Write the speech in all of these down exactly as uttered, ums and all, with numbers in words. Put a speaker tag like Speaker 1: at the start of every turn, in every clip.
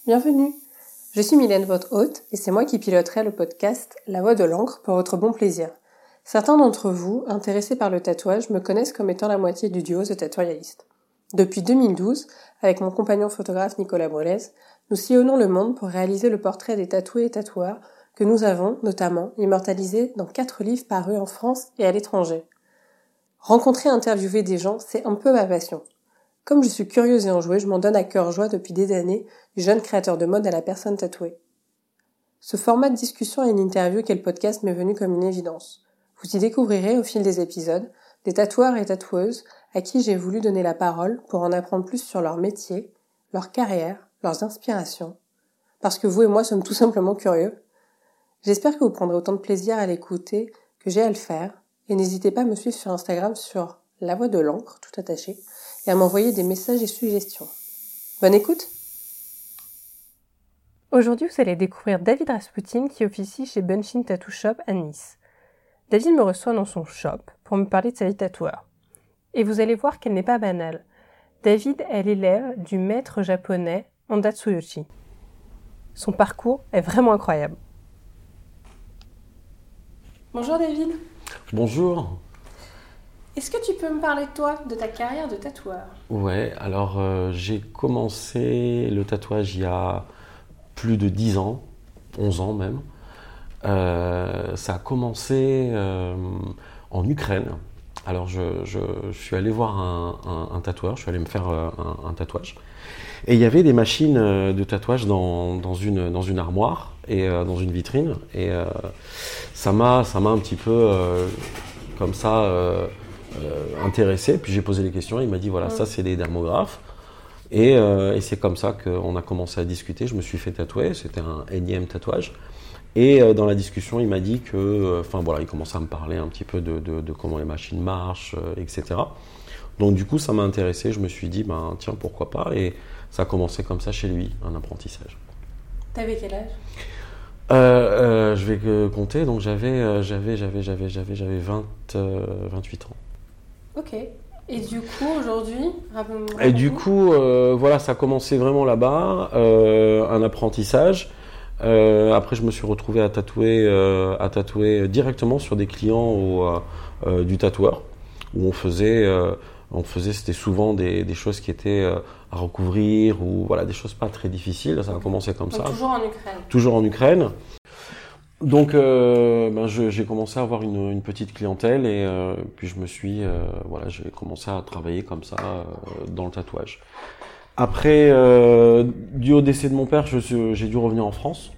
Speaker 1: Bienvenue. Je suis Mylène, votre hôte, et c'est moi qui piloterai le podcast La Voix de l'encre pour votre bon plaisir. Certains d'entre vous, intéressés par le tatouage, me connaissent comme étant la moitié du duo The Tattooist. Depuis deux mille douze, avec mon compagnon photographe Nicolas Brolez, nous sillonnons le monde pour réaliser le portrait des tatoués et tatoueurs que nous avons, notamment, immortalisés dans quatre livres parus en France et à l'étranger. Rencontrer et interviewer des gens, c'est un peu ma passion. Comme je suis curieuse et enjouée, je m'en donne à cœur joie depuis des années, du jeune créateur de mode à la personne tatouée. Ce format de discussion et une interview qu'est le podcast m'est venu comme une évidence. Vous y découvrirez, au fil des épisodes, des tatoueurs et tatoueuses à qui j'ai voulu donner la parole pour en apprendre plus sur leur métier, leur carrière, leurs inspirations. Parce que vous et moi sommes tout simplement curieux. J'espère que vous prendrez autant de plaisir à l'écouter que j'ai à le faire, et n'hésitez pas à me suivre sur Instagram sur La Voix de l'encre, tout attaché, et à m'envoyer des messages et suggestions. Bonne écoute! Aujourd'hui, vous allez découvrir David Rasputin qui officie chez Bunshin Tattoo Shop à Nice. David me reçoit dans son shop pour me parler de sa vie tatoueur. Et vous allez voir qu'elle n'est pas banale. David est l'élève du maître japonais Honda Tsuyoshi. Son parcours est vraiment incroyable. Bonjour David.
Speaker 2: Bonjour.
Speaker 1: Est-ce que tu peux me parler de toi, de ta carrière de tatoueur ?
Speaker 2: Ouais, alors euh, j'ai commencé le tatouage il y a plus de dix ans, onze ans même. Euh, ça a commencé euh, en Ukraine. Alors je, je, je suis allé voir un, un, un tatoueur, je suis allé me faire euh, un, un tatouage. Et il y avait des machines de tatouage dans, dans, une, dans une armoire et euh, dans une vitrine. Et euh, ça m'a ça m'a un petit peu euh, comme ça euh, euh, intéressé. Puis j'ai posé les questions, il m'a dit voilà, mmh. ça c'est des dermographes. Et, euh, et c'est comme ça qu'on a commencé à discuter. Je me suis fait tatouer, c'était un énième tatouage. Et euh, dans la discussion, il m'a dit que, enfin euh, voilà, il commençait à me parler un petit peu de, de, de comment les machines marchent, euh, et cetera. Donc du coup, ça m'a intéressé. Je me suis dit, ben tiens, pourquoi pas. Et ça a commencé comme ça chez lui, un apprentissage.
Speaker 1: T'avais quel âge ?
Speaker 2: euh, euh, Je vais euh, compter. Donc j'avais, euh, j'avais, j'avais, j'avais, j'avais, j'avais vingt, euh, vingt-huit ans.
Speaker 1: Ok. Et du coup, aujourd'hui, rappelle-moi.
Speaker 2: Et du coup, euh, voilà, ça a commencé vraiment là-bas, euh, un apprentissage. Euh, après, je me suis retrouvé à tatouer, euh, à tatouer directement sur des clients au, euh, du tatoueur, où on faisait, euh, on faisait, c'était souvent des, des choses qui étaient euh, à recouvrir ou voilà, des choses pas très difficiles. Ça a commencé comme
Speaker 1: Donc,
Speaker 2: ça.
Speaker 1: Toujours en Ukraine.
Speaker 2: Toujours en Ukraine. Donc, euh, ben je, j'ai commencé à avoir une, une petite clientèle et euh, puis je me suis, euh, voilà, j'ai commencé à travailler comme ça euh, dans le tatouage. Après, euh, dû au décès de mon père, je suis, j'ai dû revenir en France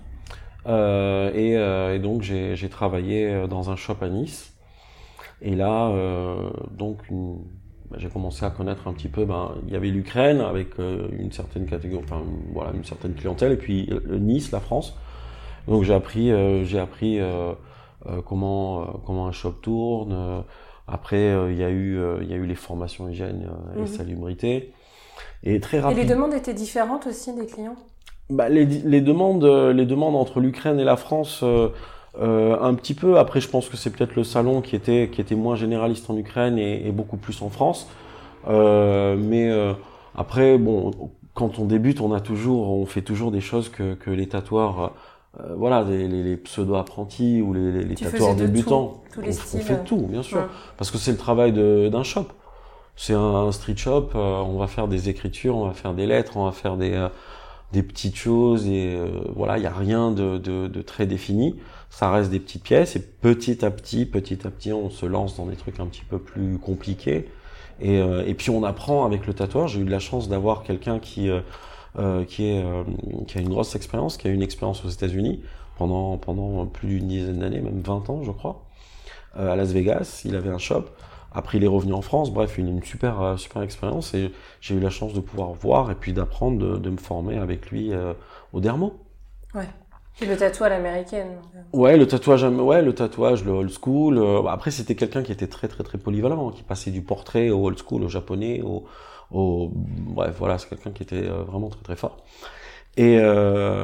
Speaker 2: euh, et, euh, et donc j'ai, j'ai travaillé dans un shop à Nice. Et là, euh, donc, une, ben, j'ai commencé à connaître un petit peu. Ben, il y avait l'Ukraine avec euh, une certaine catégorie, enfin voilà, une certaine clientèle, et puis euh, Nice, la France. Donc j'ai appris, euh, j'ai appris euh, euh, comment euh, comment un shop tourne. Euh, après, euh, il y a eu euh, il y a eu les formations hygiène euh, et mmh. salubrité. Et très rapide.
Speaker 1: Et les demandes étaient différentes aussi des clients ?
Speaker 2: Bah, les, les demandes, les demandes entre l'Ukraine et la France, euh, euh, un petit peu. Après, je pense que c'est peut-être le salon qui était qui était moins généraliste en Ukraine et, et beaucoup plus en France. Euh, mais euh, après, bon, quand on débute, on a toujours, on fait toujours des choses que que les tatoueurs, euh, voilà, les, les, les pseudo-apprentis ou les, les, les tatoueurs débutants.
Speaker 1: Tout, tous les
Speaker 2: on,
Speaker 1: styles.
Speaker 2: on fait tout, bien sûr,
Speaker 1: ouais.
Speaker 2: Parce que c'est le travail de, d'un shop. C'est un street shop, euh, on va faire des écritures, on va faire des lettres, on va faire des, euh, des petites choses et euh, voilà, il n'y a rien de, de, de très défini. Ça reste des petites pièces et petit à petit, petit à petit, on se lance dans des trucs un petit peu plus compliqués. Et, euh, et puis on apprend avec le tatoueur. J'ai eu de la chance d'avoir quelqu'un qui, euh, euh, qui, est, euh, qui a une grosse expérience, qui a eu une expérience aux États-Unis pendant, pendant plus d'une dizaine d'années, même vingt ans je crois, euh, à Las Vegas. Il avait un shop. Après, il est revenu en France. Bref, il a une super, euh, super expérience et j'ai eu la chance de pouvoir voir et puis d'apprendre, de, de me former avec lui euh, au dermo.
Speaker 1: Ouais. Et le tatouage à l'américaine.
Speaker 2: Ouais, le tatouage, ouais, le tatouage, le old school. Euh, après, c'était quelqu'un qui était très, très, très polyvalent, qui passait du portrait au old school, au japonais, au, au, bref, voilà, c'est quelqu'un qui était vraiment très, très fort. Et euh,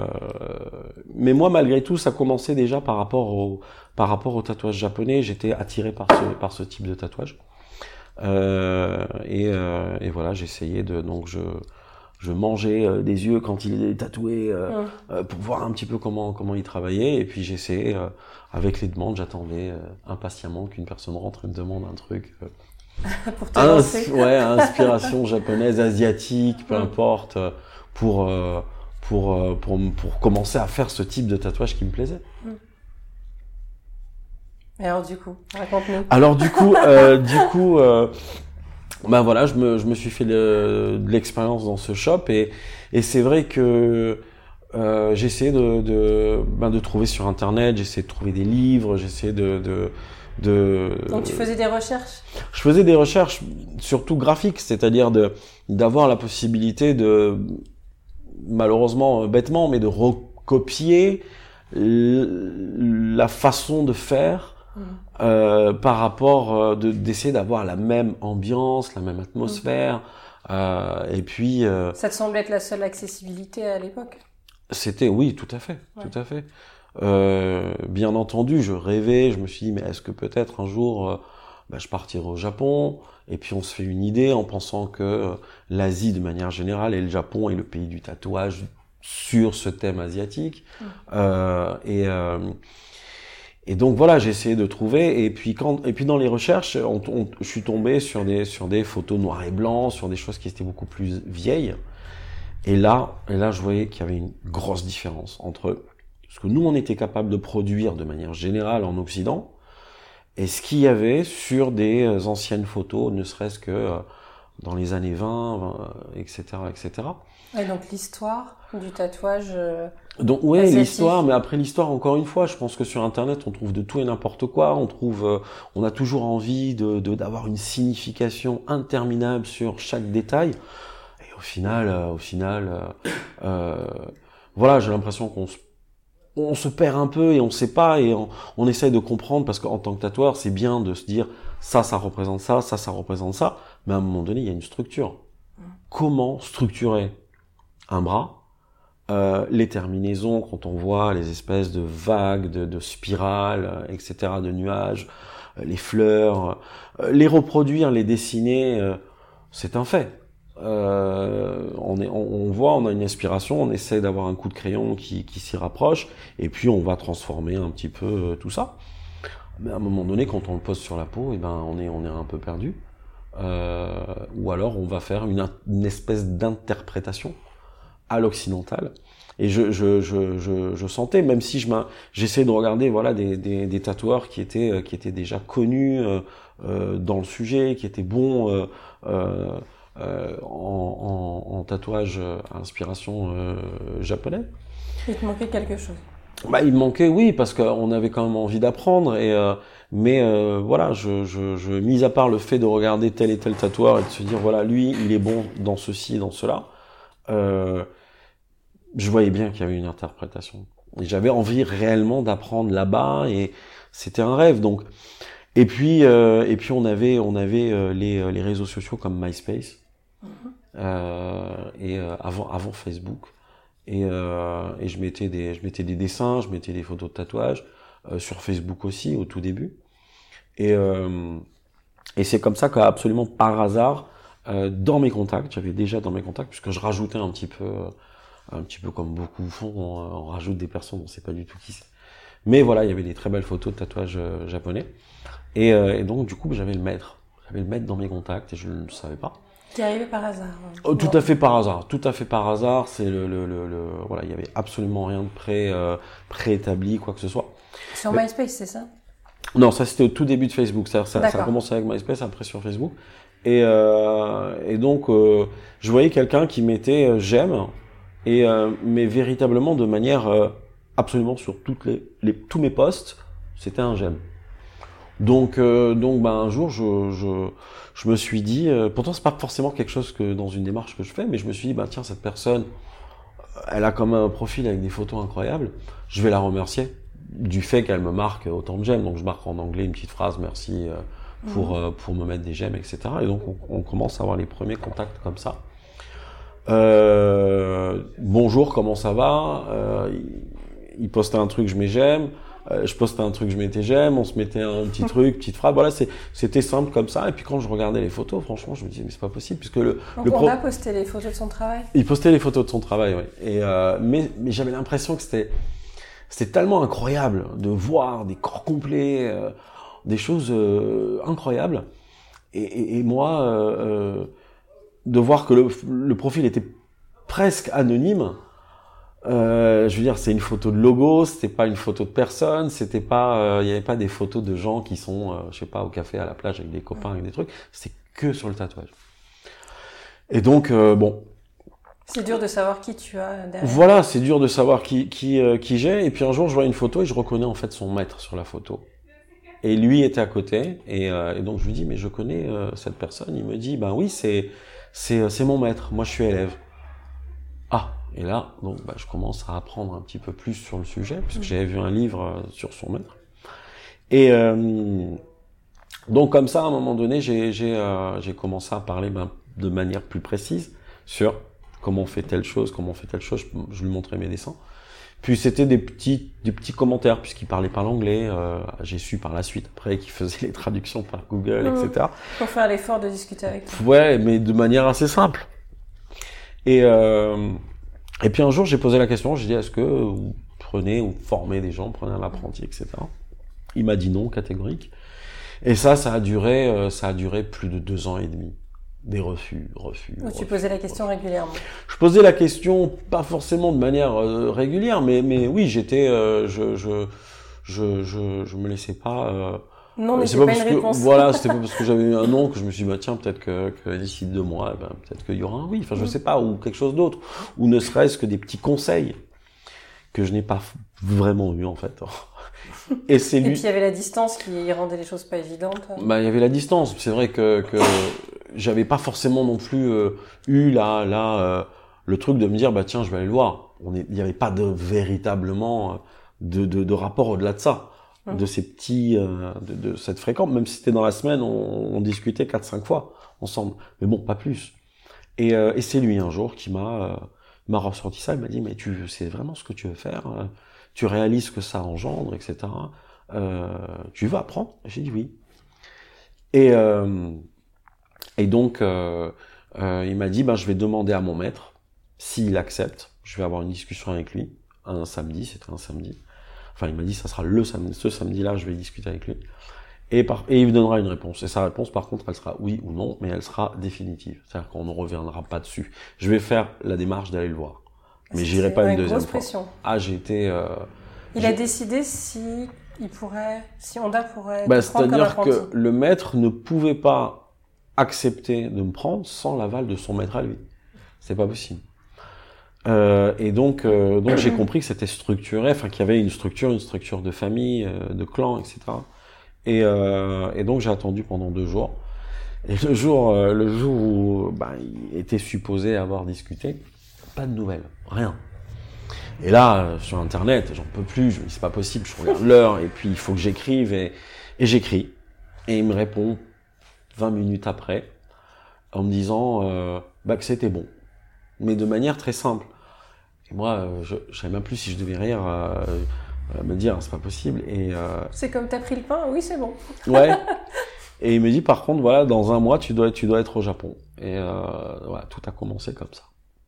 Speaker 2: mais moi, malgré tout, ça commençait déjà par rapport au par rapport au tatouage japonais. J'étais attiré par ce par ce type de tatouage. Euh, et, euh, et voilà, j'essayais de donc je je mangeais euh, des yeux quand il est tatoué euh,
Speaker 1: Mmh.
Speaker 2: euh, pour voir un petit peu comment comment il travaillait. Et puis j'essayais euh, avec les demandes, j'attendais euh, impatiemment qu'une personne rentre et me demande un truc. Euh,
Speaker 1: Pour te
Speaker 2: ins-
Speaker 1: lancer.
Speaker 2: ouais, inspiration japonaise, asiatique, peu
Speaker 1: Mm.
Speaker 2: importe, euh, pour euh, pour euh, pour pour commencer à faire ce type de tatouage qui me plaisait.
Speaker 1: Et alors du coup, raconte-nous.
Speaker 2: Alors du coup, euh, du coup, euh, bah voilà, je me je me suis fait le- de l'expérience dans ce shop et et c'est vrai que euh, j'essayais de de ben de trouver sur internet, j'essayais de trouver des livres, j'essayais de de de
Speaker 1: Donc tu faisais des recherches?
Speaker 2: je faisais des recherches surtout graphiques, c'est-à-dire de d'avoir la possibilité de malheureusement euh, bêtement mais de recopier l- la façon de faire
Speaker 1: Mmh.
Speaker 2: euh, par rapport euh, de d'essayer d'avoir la même ambiance, la même atmosphère euh, et puis euh,
Speaker 1: Ça te semblait être la seule accessibilité à l'époque?
Speaker 2: c'était oui, tout à fait,
Speaker 1: Ouais.
Speaker 2: tout à fait. Euh, bien entendu, je rêvais, je me suis dit mais est-ce que peut-être un jour euh, bah, je partirai au Japon et puis on se fait une idée en pensant que euh, l'Asie de manière générale et le Japon est le pays du tatouage sur ce thème asiatique.
Speaker 1: Mm.
Speaker 2: Euh, et euh, et donc voilà, j'ai essayé de trouver et puis quand et puis dans les recherches, on, on- je suis tombé sur des sur des photos noir et blanc, sur des choses qui étaient beaucoup plus vieilles. Et là, et là, je voyais qu'il y avait une grosse différence entre ce que nous on était capable de produire de manière générale en Occident et ce qu'il y avait sur des euh, anciennes photos, ne serait-ce que euh, dans les années vingt, vingt, et cetera, et cetera.
Speaker 1: Et donc l'histoire du tatouage. euh,
Speaker 2: Donc ouais,
Speaker 1: Asiatique.
Speaker 2: l'histoire, mais après l'histoire, encore une fois, je pense que sur Internet, on trouve de tout et n'importe quoi. On trouve, euh, on a toujours envie de de- d'avoir une signification interminable sur chaque détail. Et au final, euh, au final, euh, euh, voilà, j'ai l'impression qu'on se on se perd un peu et on sait pas et on, on essaye de comprendre parce qu'en tant que tatoueur, c'est bien de se dire ça, ça représente ça, ça, ça représente ça, mais à un moment donné, il y a une structure. Comment structurer un bras, euh, les terminaisons quand on voit les espèces de vagues, de, de spirales, euh, et cetera, de nuages, euh, les fleurs, euh, les reproduire, les dessiner, euh, c'est un fait. Euh, on, est, on, on voit, on a une inspiration, on essaie d'avoir un coup de crayon qui, qui s'y rapproche, et puis on va transformer un petit peu euh, tout ça. Mais à un moment donné, quand on le pose sur la peau, et ben on est, on est un peu perdu. Euh, ou alors on va faire une, une espèce d'interprétation à l'occidental. Et je, je, je, je, je sentais, même si je m'in- j'essayais de regarder voilà des, des, des tatoueurs qui étaient euh, qui étaient déjà connus euh, euh, dans le sujet, qui étaient bons euh, euh, euh, en, en, en tatouage euh, à inspiration euh, japonais.
Speaker 1: Il te manquait quelque chose.
Speaker 2: Bah, il me manquait, oui, parce qu'on avait quand même envie d'apprendre. Et euh, mais euh, voilà, je, je, je, mis à part le fait de regarder tel et tel tatoueur et de se dire voilà, lui, il est bon dans ceci et dans cela. Euh, je voyais bien qu'il y avait une interprétation. Et j'avais envie réellement d'apprendre là-bas et c'était un rêve. Donc, et puis euh, et puis on avait on avait euh, les les réseaux sociaux comme MySpace
Speaker 1: Mhm.
Speaker 2: euh, et euh, avant avant Facebook et euh, et je mettais des je mettais des dessins, je mettais des photos de tatouage euh, sur Facebook aussi au tout début. Et euh, et c'est comme ça qu'absolument par hasard euh, dans mes contacts, j'avais déjà dans mes contacts puisque je rajoutais un petit peu euh, un petit peu comme beaucoup font, on, on rajoute des personnes, on sait pas du tout qui c'est. Mais voilà, il y avait des très belles photos de tatouages euh, japonais. Et, euh, et donc, du coup, j'avais le maître. J'avais le maître dans mes contacts et je ne le savais pas.
Speaker 1: Qui est arrivé par hasard. hein.
Speaker 2: Oh, tout
Speaker 1: Bon.
Speaker 2: à fait par hasard. Tout à fait par hasard. C'est le, le, le, le- voilà, il y avait absolument rien de pré, euh, préétabli, quoi que ce soit.
Speaker 1: Sur
Speaker 2: Mais-
Speaker 1: MySpace, c'est ça?
Speaker 2: Non, ça c'était au tout début de Facebook. Ça, ça, ça a
Speaker 1: D'accord.
Speaker 2: commencé avec MySpace, après sur Facebook. Et, euh, et donc, euh, je voyais quelqu'un qui mettait euh, j'aime, et euh, mais véritablement de manière euh, absolument sur toutes les, les tous mes posts, c'était un j'aime. Donc, euh, donc, ben un jour, je, je, je me suis dit, euh, pourtant c'est pas forcément quelque chose que dans une démarche que je fais, mais je me suis dit, bah tiens, cette personne, elle a quand même un profil avec des photos incroyables. Je vais la remercier du fait qu'elle me marque autant de j'aime. Donc, je marque en anglais une petite phrase, merci euh, pour euh, pour me mettre des j'aime, et cetera. Et donc, on, on commence à avoir les premiers contacts comme ça. Euh, bonjour, comment ça va? euh, il, il postait un truc, je mets j'aime. Euh, je postais un truc, je mettais j'aime, on se mettait un petit truc, petite phrase. Voilà, c'est, c'était simple comme ça. Et puis quand je regardais les photos, franchement, je me disais mais c'est pas possible puisque le.
Speaker 1: Donc
Speaker 2: le
Speaker 1: on
Speaker 2: pro...
Speaker 1: a posté les photos de son travail.
Speaker 2: Il postait les photos de son travail, oui. Et euh, mais mais j'avais l'impression que c'était c'était tellement incroyable de voir des corps complets, euh, des choses euh, incroyables. Et, et, et moi, euh, euh, de voir que le, le profil était presque anonyme. Euh, je veux dire, c'est une photo de logo, c'était pas une photo de personne, c'était pas, il euh, y avait pas des photos de gens qui sont, euh, je sais pas, au café, à la plage avec des copains, avec des trucs. C'était que sur le tatouage. Et donc, euh, bon.
Speaker 1: C'est dur de savoir qui tu as derrière.
Speaker 2: Voilà, c'est dur de savoir qui qui euh, qui j'ai. Et puis un jour, je vois une photo et je reconnais en fait son maître sur la photo. Et lui était à côté. Et, euh, et donc je lui dis, mais je connais euh, cette personne. Il me dit, ben oui, c'est c'est c'est mon maître. Moi, je suis élève. Ah. Et là, donc, bah, je commence à apprendre un petit peu plus sur le sujet, puisque j'avais vu un livre euh, sur son maître. Et euh, donc, comme ça, à un moment donné, j'ai, j'ai, euh, j'ai commencé à parler ben, de manière plus précise sur comment on fait telle chose, comment on fait telle chose. Je, je lui montrais mes dessins. Puis c'était des petits, des petits commentaires, puisqu'il parlait pas l'anglais. Euh, j'ai su par la suite, après, qu'il faisait les traductions par Google, mmh. et cetera.
Speaker 1: Pour faire l'effort de discuter avec toi.
Speaker 2: Ouais, mais de manière assez simple. Et... Euh, Et puis un jour, j'ai posé la question, j'ai dit, est-ce que vous prenez ou formez des gens, prenez un apprenti, et cetera. Il m'a dit non, catégorique. Et ça, ça a duré, euh, ça a duré plus de deux ans et demi. Des refus, refus.
Speaker 1: Donc
Speaker 2: refus,
Speaker 1: tu posais la question
Speaker 2: refus.
Speaker 1: régulièrement.
Speaker 2: Je posais la question, pas forcément de manière euh, régulière, mais mais oui, j'étais, euh, je je je je je me laissais pas. Euh,
Speaker 1: Non, mais c'est pas, pas une
Speaker 2: que,
Speaker 1: réponse.
Speaker 2: Voilà, c'était pas parce que j'avais eu un non que je me suis dit, bah, tiens, peut-être que, que d'ici deux mois, ben, peut-être qu'il y aura un oui. Enfin, je sais pas, ou quelque chose d'autre. Ou ne serait-ce que des petits conseils que je n'ai pas vraiment eu, en fait. Et c'est lui.
Speaker 1: Et puis, il y avait la distance qui rendait les choses pas évidentes.
Speaker 2: Bah, il y avait la distance. C'est vrai que, que j'avais pas forcément non plus euh, eu là, là, euh, le truc de me dire, bah, tiens, je vais aller le voir. On est, il y avait pas de véritablement de, de, de rapport au-delà de ça. De ces petits, euh, de, de cette fréquence, même si c'était dans la semaine, on, on discutait quatre cinq fois ensemble, mais bon, pas plus. Et, euh, et c'est lui un jour qui m'a euh, m'a ressorti ça, il m'a dit mais tu sais vraiment ce que tu veux faire, euh, tu réalises ce que ça engendre, et cetera. Euh, tu veux apprendre? J'ai dit oui. Et euh, et donc euh, euh, il m'a dit ben je vais demander à mon maître s'il accepte, je vais avoir une discussion avec lui un samedi, c'était un samedi. Enfin, il m'a dit, ça sera le samedi, ce samedi-là, je vais discuter avec lui. Et, par, et il me donnera une réponse. Et sa réponse, par contre, elle sera oui ou non, mais elle sera définitive. C'est-à-dire qu'on ne reviendra pas dessus. Je vais faire la démarche d'aller le voir. Mais c'est, j'irai pas une deuxième fois.
Speaker 1: Pression.
Speaker 2: Ah, j'ai été... Euh,
Speaker 1: il
Speaker 2: j'ai...
Speaker 1: a décidé si il pourrait, si Honda pourrait
Speaker 2: bah,
Speaker 1: te prendre comme apprenti.
Speaker 2: C'est-à-dire que le maître ne pouvait pas accepter de me prendre sans l'aval de son maître à lui. C'est pas possible. Euh, et donc, euh, donc j'ai compris que c'était structuré, enfin qu'il y avait une structure, une structure de famille, euh, de clan, et cetera. Et, euh, et donc j'ai attendu pendant deux jours. Et le jour, euh, le jour où bah, il était supposé avoir discuté, pas de nouvelles, rien. Et là, euh, sur Internet, j'en peux plus. Je me dis c'est pas possible. Je regarde l'heure et puis il faut que j'écrive et, et j'écris. Et il me répond vingt minutes après en me disant euh, bah que c'était bon, mais de manière très simple. Et moi, je, je savais même plus si je devais rire, euh, euh, me dire, c'est pas possible. Et euh,
Speaker 1: c'est comme t'as pris le pain, oui, c'est bon.
Speaker 2: Ouais. Et il me dit, par contre, voilà, dans un mois, tu dois, tu dois être au Japon. Et euh, voilà, tout a commencé comme ça.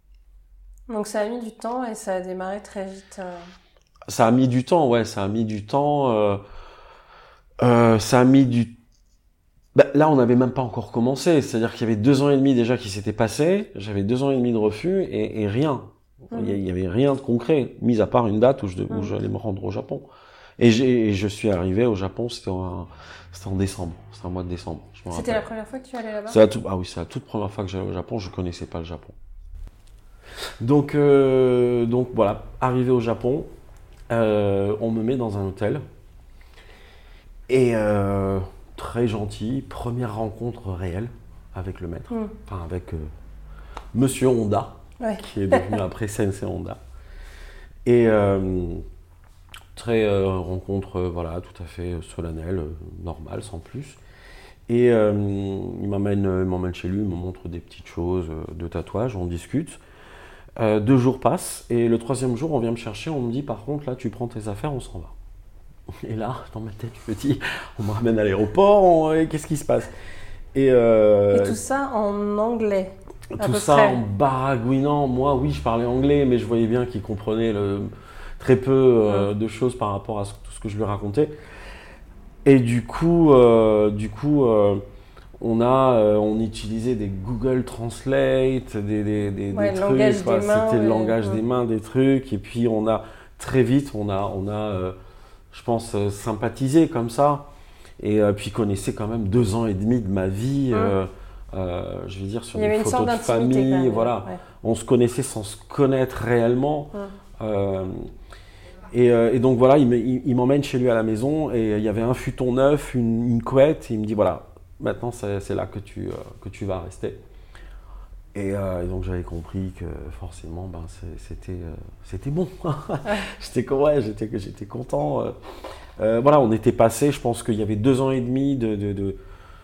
Speaker 1: Donc ça a mis du temps et ça a démarré très vite. Euh...
Speaker 2: Ça a mis du temps, ouais, ça a mis du temps. Euh, euh, ça a mis du. Bah, là, on n'avait même pas encore commencé. C'est-à-dire qu'il y avait deux ans et demi déjà qui s'étaient passés. J'avais deux ans et demi de refus et, et rien. Mmh. Il y avait rien de concret, mis à part une date où je, où mmh. j'allais me rendre au Japon. Et, j'ai, et je suis arrivé au Japon, c'était en, c'était en décembre, c'était en mois de décembre. Je me
Speaker 1: c'était
Speaker 2: rappelle.
Speaker 1: la première fois que tu allais là-bas?
Speaker 2: C'est la tout, ah oui, c'est la toute première fois que j'allais au Japon, je connaissais pas le Japon. Donc, euh, donc voilà, arrivé au Japon, euh, on me met dans un hôtel. Et euh, très gentil, première rencontre réelle avec le maître, mmh. enfin avec euh, Monsieur Honda. Ouais. Qui est devenu après Sensei Honda. Et euh, très euh, rencontre, euh, voilà, tout à fait solennelle, euh, normale, sans plus. Et euh, il m'emmène, il m'emmène chez lui, il me montre des petites choses euh, de tatouage, on discute. Euh, deux jours passent et le troisième jour, on vient me chercher, on me dit par contre, là, tu prends tes affaires, on s'en va. Et là, dans ma tête, je me dis, on me ramène à l'aéroport, on... et qu'est-ce qui se passe? Et, euh...
Speaker 1: et tout ça en anglais?
Speaker 2: Tout ça
Speaker 1: près.
Speaker 2: en baragouinant. Moi, oui, je parlais anglais, mais je voyais bien qu'il comprenait le... très peu euh, mmh. de choses par rapport à ce... tout ce que je lui racontais. Et du coup, euh, du coup euh, on a, euh, on utilisait des Google Translate, des, des, des,
Speaker 1: ouais,
Speaker 2: des
Speaker 1: le
Speaker 2: trucs.
Speaker 1: langage
Speaker 2: Quoi.
Speaker 1: des mains,
Speaker 2: C'était
Speaker 1: ouais.
Speaker 2: le langage
Speaker 1: mmh.
Speaker 2: des mains, des trucs. Et puis, on a très vite, on a, on a euh, je pense, euh, sympathisé comme ça. Et euh, puis, connaissait quand même deux ans et demi de ma vie. Mmh. Euh, Euh, je veux dire, sur des photos de famille,
Speaker 1: même,
Speaker 2: voilà.
Speaker 1: Ouais.
Speaker 2: On se connaissait sans se connaître réellement. Mmh. Euh, et, euh, et donc voilà, il, il, il m'emmène chez lui à la maison et il y avait un futon neuf, une, une couette. Et il me dit voilà, maintenant c'est, c'est là que tu, euh, que tu vas rester. Et, euh, et donc j'avais compris que forcément, ben, c'est, c'était, euh, c'était bon. j'étais, ouais, j'étais, j'étais content. Euh, voilà, on était passé, je pense qu'il y avait deux ans et demi de, de, de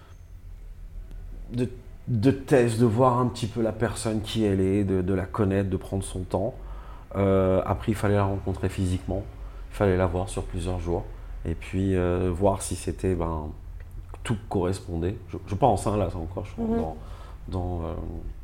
Speaker 2: De, de test, de voir un petit peu la personne qui elle est, de, de la connaître, de prendre son temps. Euh, après, il fallait la rencontrer physiquement, il fallait la voir sur plusieurs jours, et puis euh, voir si c'était, ben, tout correspondait. Je, je pense, hein, là, c'est encore, je mm-hmm. dans, dans euh,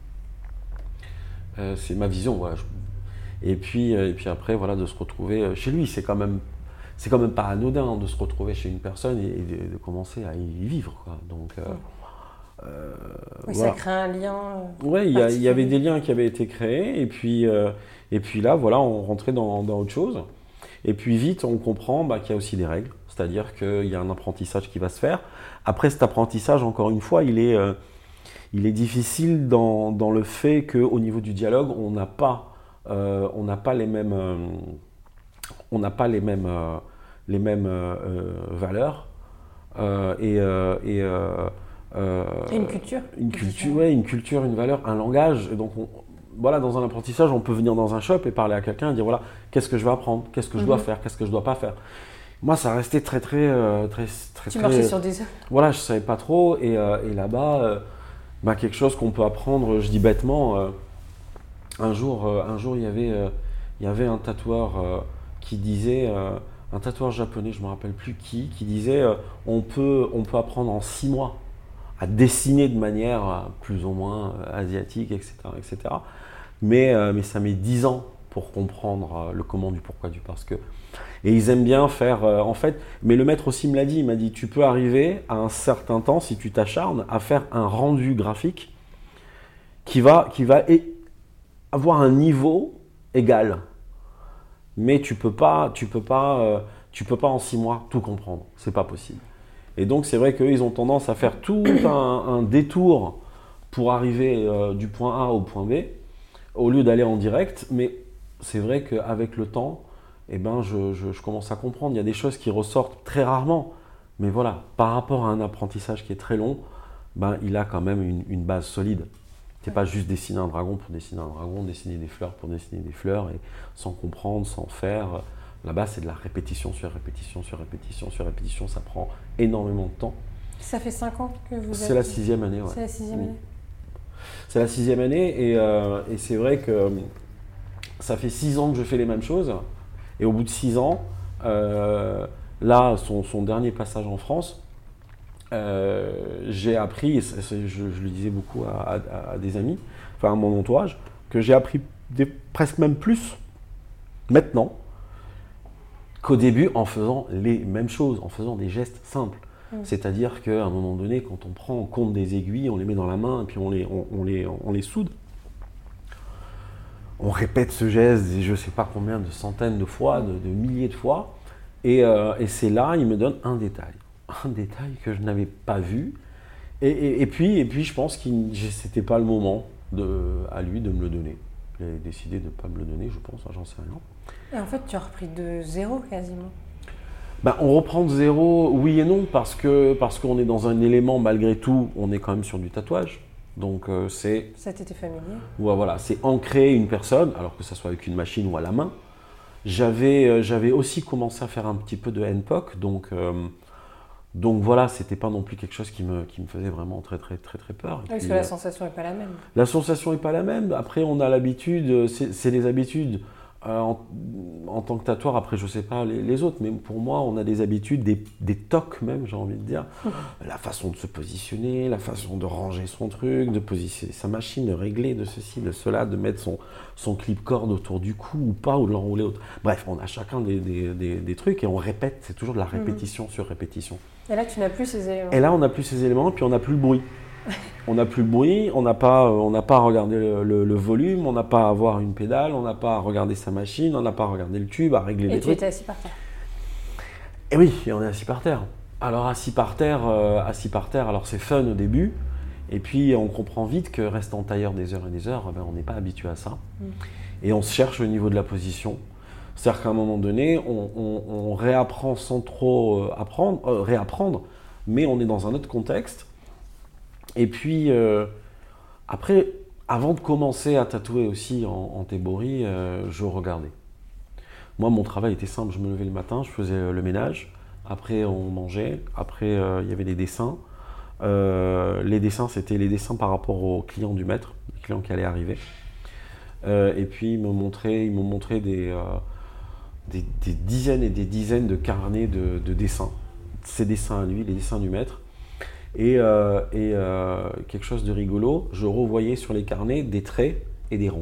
Speaker 2: euh, c'est ma vision, voilà. Je, et puis, euh, et puis après, voilà, de se retrouver chez lui, c'est quand même, c'est quand même pas anodin de se retrouver chez une personne et, et de, de commencer à y vivre, quoi. Donc euh, mm.
Speaker 1: Euh, oui, voilà. Ça crée un lien.
Speaker 2: Oui, il y, y avait des liens qui avaient été créés, et puis, euh, et puis là, voilà, on rentrait dans, dans autre chose. Et puis vite, on comprend bah, qu'il y a aussi des règles, c'est-à-dire qu'il y a un apprentissage qui va se faire. Après, cet apprentissage, encore une fois, il est, euh, il est difficile dans, dans le fait qu'au niveau du dialogue, on n'a pas, euh, on n'a pas les mêmes, euh, on n'a pas les mêmes, euh, les mêmes euh, valeurs euh, et, euh, et euh,
Speaker 1: Euh, une culture.
Speaker 2: Une culture, ouais, une culture, une valeur, un langage. Et donc, on, voilà, dans un apprentissage, on peut venir dans un shop et parler à quelqu'un et dire voilà, qu'est-ce que je vais apprendre, qu'est-ce que je mm-hmm. dois faire, qu'est-ce que je dois pas faire. Moi, ça restait très, très, euh, très, très.
Speaker 1: Tu
Speaker 2: très,
Speaker 1: marchais sur des œufs.
Speaker 2: Voilà, je savais pas trop. Et, euh, et là-bas, euh, bah, quelque chose qu'on peut apprendre, je dis bêtement. Euh, un jour, euh, un jour, il y avait, euh, il y avait un tatoueur euh, qui disait. Euh, un tatoueur japonais, je me rappelle plus qui, qui disait euh, on peut, on peut apprendre en six mois. À dessiner de manière plus ou moins asiatique, et cetera, et cetera. Mais, euh, mais ça met dix ans pour comprendre le comment, du pourquoi, du parce que. Et ils aiment bien faire, euh, en fait, mais le maître aussi me l'a dit, il m'a dit, tu peux arriver à un certain temps, si tu t'acharnes, à faire un rendu graphique qui va, qui va é- avoir un niveau égal. Mais tu peux pas, tu peux pas, euh, tu peux pas en six mois tout comprendre, c'est pas possible. Et donc, c'est vrai qu'eux, ils ont tendance à faire tout un, un détour pour arriver euh, du point A au point B, au lieu d'aller en direct. Mais c'est vrai qu'avec le temps, eh ben, je, je, je commence à comprendre. Il y a des choses qui ressortent très rarement. Mais voilà, par rapport à un apprentissage qui est très long, ben, il a quand même une, une base solide. C'est pas juste dessiner un dragon pour dessiner un dragon, dessiner des fleurs pour dessiner des fleurs, et sans comprendre, sans faire. Là-bas, c'est de la répétition sur répétition sur répétition sur répétition. Ça prend énormément de temps.
Speaker 1: Ça fait cinq ans que vous êtes...
Speaker 2: C'est la sixième année, ouais.
Speaker 1: C'est la sixième année.
Speaker 2: C'est la sixième année, et, euh, et c'est vrai que ça fait six ans que je fais les mêmes choses. Et au bout de six ans, euh, là, son, son dernier passage en France, euh, j'ai appris, et c'est, c'est, je, je le disais beaucoup à, à, à des amis, enfin à mon entourage, que j'ai appris des, presque même plus maintenant qu'au début en faisant les mêmes choses, en faisant des gestes simples. Mmh. C'est-à-dire qu'à un moment donné, quand on prend en compte des aiguilles, on les met dans la main et puis on les, on, on les, on les soude. On répète ce geste, je ne sais pas combien de centaines de fois, de, de milliers de fois. Et, euh, et c'est là, il me donne un détail. Un détail que je n'avais pas vu. Et, et, et, puis, et puis, je pense que ce n'était pas le moment de, à lui de me le donner. Il a décidé de ne pas me le donner, je pense, j'en sais rien.
Speaker 1: Et en fait, tu as repris de zéro quasiment.
Speaker 2: Ben, on reprend de zéro, oui et non, parce que parce qu'on est dans un élément, malgré tout, on est quand même sur du tatouage. Donc euh, c'est...
Speaker 1: Ça t'était familier.
Speaker 2: Ouais, voilà, c'est ancrer une personne, alors que ça soit avec une machine ou à la main. J'avais, euh, j'avais aussi commencé à faire un petit peu de N P O C, donc, euh, donc voilà, c'était pas non plus quelque chose qui me, qui me faisait vraiment très très très très peur.
Speaker 1: Oui, parce que la sensation n'est pas la même.
Speaker 2: La sensation n'est pas la même. Après, on a l'habitude, c'est, c'est les habitudes. Euh, en, en tant que tatoueur, après je sais pas les, les autres, mais pour moi on a des habitudes, des, des tocs même, j'ai envie de dire. Mmh. La façon de se positionner, la façon de ranger son truc, de positionner sa machine, de régler de ceci, de cela, de mettre son, son clip corde autour du cou ou pas, ou de l'enrouler. Autre. Bref, on a chacun des, des, des, des trucs et on répète, c'est toujours de la répétition mmh. sur répétition.
Speaker 1: Et là tu n'as plus ces éléments.
Speaker 2: Et là on n'a plus ces éléments, puis on n'a plus le bruit. On n'a plus le bruit, on n'a pas, on n'a pas à regarder le, le, le volume, on n'a pas à avoir une pédale, on n'a pas à regarder sa machine, on n'a pas à regarder le tube, à régler
Speaker 1: et
Speaker 2: les trucs.
Speaker 1: Et tu étais assis par terre.
Speaker 2: Et oui, et on est assis par terre. Alors assis par terre, euh, assis par terre, alors c'est fun au début, et puis on comprend vite que rester en tailleur des heures et des heures, ben, on n'est pas habitué à ça. Mm. Et on se cherche au niveau de la position. C'est-à-dire qu'à un moment donné, on, on, on réapprend sans trop euh, apprendre, euh, réapprendre, mais on est dans un autre contexte. Et puis, euh, après, avant de commencer à tatouer aussi en, en théborie, euh, je regardais. Moi, mon travail était simple. Je me levais le matin, je faisais le ménage. Après, on mangeait. Après, euh, il y avait les dessins. Euh, les dessins, c'était les dessins par rapport aux clients du maître, les clients qui allaient arriver. Euh, et puis, ils m'ont montré, ils m'ont montré des, euh, des, des dizaines et des dizaines de carnets de, de dessins. Ses dessins à lui, les dessins du maître. Et, euh, et euh, quelque chose de rigolo, je revoyais sur les carnets des traits et des ronds.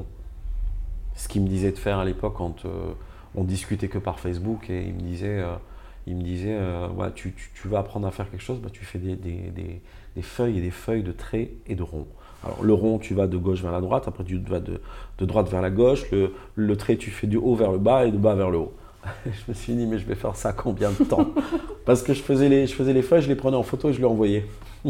Speaker 2: Ce qu'il me disait de faire à l'époque quand euh, on discutait que par Facebook, et il me disait, euh, il me disait euh, ouais, tu, tu, tu vas apprendre à faire quelque chose, bah, tu fais des, des, des, des feuilles et des feuilles de traits et de ronds. Alors le rond, tu vas de gauche vers la droite, après tu vas de, de droite vers la gauche, le, le trait, tu fais du haut vers le bas et de bas vers le haut. Je me suis dit, mais je vais faire ça combien de temps? Parce que je faisais, les, je faisais les feuilles, je les prenais en photo et je les envoyais.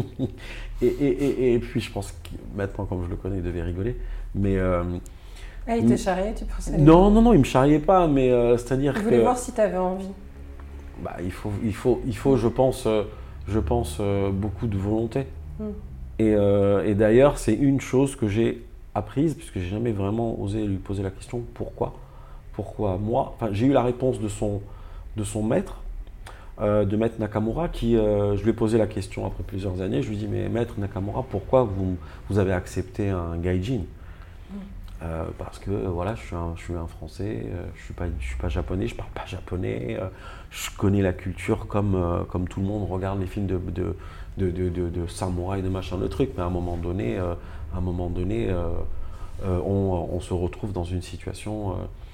Speaker 2: et, et, et, et puis je pense que maintenant, comme je le connais, il devait rigoler. Mais, euh,
Speaker 1: ah, il te charriait, tu pensais?
Speaker 2: Non, non, non, il ne me charriait pas, mais euh, c'est-à-dire que...
Speaker 1: Il voulait voir si tu avais envie.
Speaker 2: Bah, il, faut, il, faut, il faut, je pense, euh, je pense euh, beaucoup de volonté. Mm. Et, euh, et d'ailleurs, c'est une chose que j'ai apprise, puisque je n'ai jamais vraiment osé lui poser la question, pourquoi Pourquoi moi? Enfin, j'ai eu la réponse de son, de son maître, euh, de maître Nakamura, qui, euh, je lui ai posé la question après plusieurs années. Je lui ai dit, mais maître Nakamura, pourquoi vous, vous avez accepté un gaijin? mm. euh, Parce que euh, voilà, je suis un, je suis un Français, euh, je ne suis, suis pas japonais, je ne parle pas japonais, euh, je connais la culture comme, euh, comme tout le monde regarde les films de, de, de, de, de, de samouraï, de machin, le truc. Mais à un moment donné, euh, à un moment donné euh, euh, on, on se retrouve dans une situation... Euh,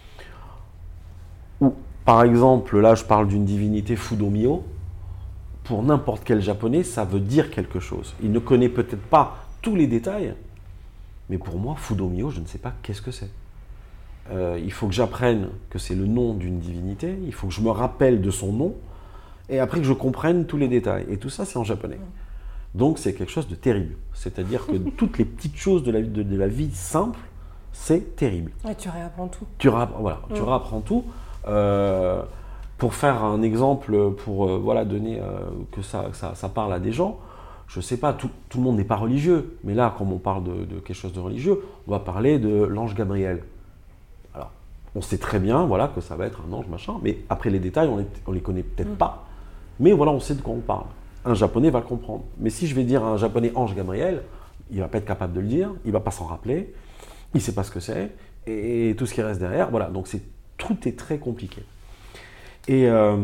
Speaker 2: Ou, par exemple, là je parle d'une divinité Fudomyo, pour n'importe quel japonais, ça veut dire quelque chose. Il ne connaît peut-être pas tous les détails, mais pour moi, Fudomyo, je ne sais pas qu'est-ce que c'est. Euh, il faut que j'apprenne que c'est le nom d'une divinité, il faut que je me rappelle de son nom, et après que je comprenne tous les détails. Et tout ça, c'est en japonais. Donc c'est quelque chose de terrible. C'est-à-dire que toutes les petites choses de la, de, de la vie simple, c'est terrible.
Speaker 1: Et tu réapprends tout.
Speaker 2: Tu réapprends, voilà, mmh. tu réapprends tout. Euh, pour faire un exemple, pour euh, voilà, donner euh, que ça, ça, ça parle à des gens, je ne sais pas, tout, tout le monde n'est pas religieux, mais là, comme on parle de, de quelque chose de religieux, on va parler de l'ange Gabriel. Alors, on sait très bien voilà, que ça va être un ange, machin, mais après les détails, on ne les connaît peut-être mmh. pas, mais voilà, on sait de quoi on parle. Un japonais va comprendre. Mais si je vais dire à un japonais ange Gabriel, il ne va pas être capable de le dire, il ne va pas s'en rappeler, il ne sait pas ce que c'est, et tout ce qui reste derrière, voilà, donc c'est tout est très compliqué. Et euh,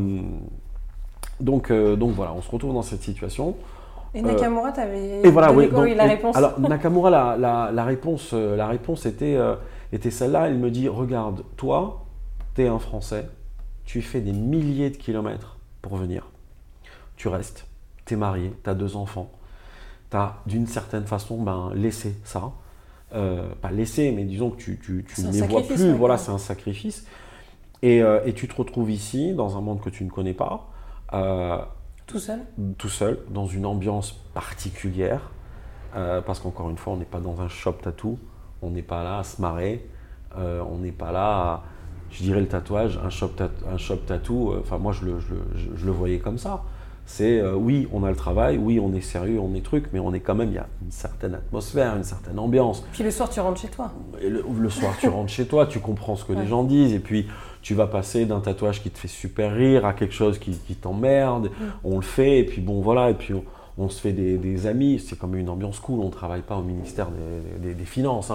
Speaker 2: donc, euh, donc voilà, on se retrouve dans cette situation.
Speaker 1: Et Nakamura, euh, tu avais
Speaker 2: et voilà, oui, donc,
Speaker 1: la réponse.
Speaker 2: Alors Nakamura, la, la, la réponse, la réponse était, euh, était celle-là. Il me dit, regarde, toi, tu es un Français, tu fais des milliers de kilomètres pour venir. Tu restes, tu es marié, tu as deux enfants. Tu as d'une certaine façon ben, laissé ça. Euh, pas laissé, mais disons que tu, tu, tu ne les vois plus. Ouais, voilà, c'est un sacrifice. Et, euh, et tu te retrouves ici, dans un monde que tu ne connais pas. Euh,
Speaker 1: tout seul
Speaker 2: Tout seul, dans une ambiance particulière. Euh, parce qu'encore une fois, on n'est pas dans un shop tattoo. On n'est pas là à se marrer. Euh, on n'est pas là à, je dirais le tatouage, un shop, tat- un shop tattoo. Enfin, moi, je le, je, je, je le voyais comme ça. C'est, euh, oui, on a le travail, oui, on est sérieux, on est truc, mais on est quand même, il y a une certaine atmosphère, une certaine ambiance.
Speaker 1: Puis le soir, tu rentres chez toi.
Speaker 2: Et le, le soir, tu rentres chez toi, tu comprends ce que ouais. les gens disent, et puis tu vas passer d'un tatouage qui te fait super rire à quelque chose qui, qui t'emmerde. Mm. On le fait, et puis bon, voilà, et puis on, on se fait des, des amis. C'est comme une ambiance cool, on ne travaille pas au ministère des, des, des Finances. Hein.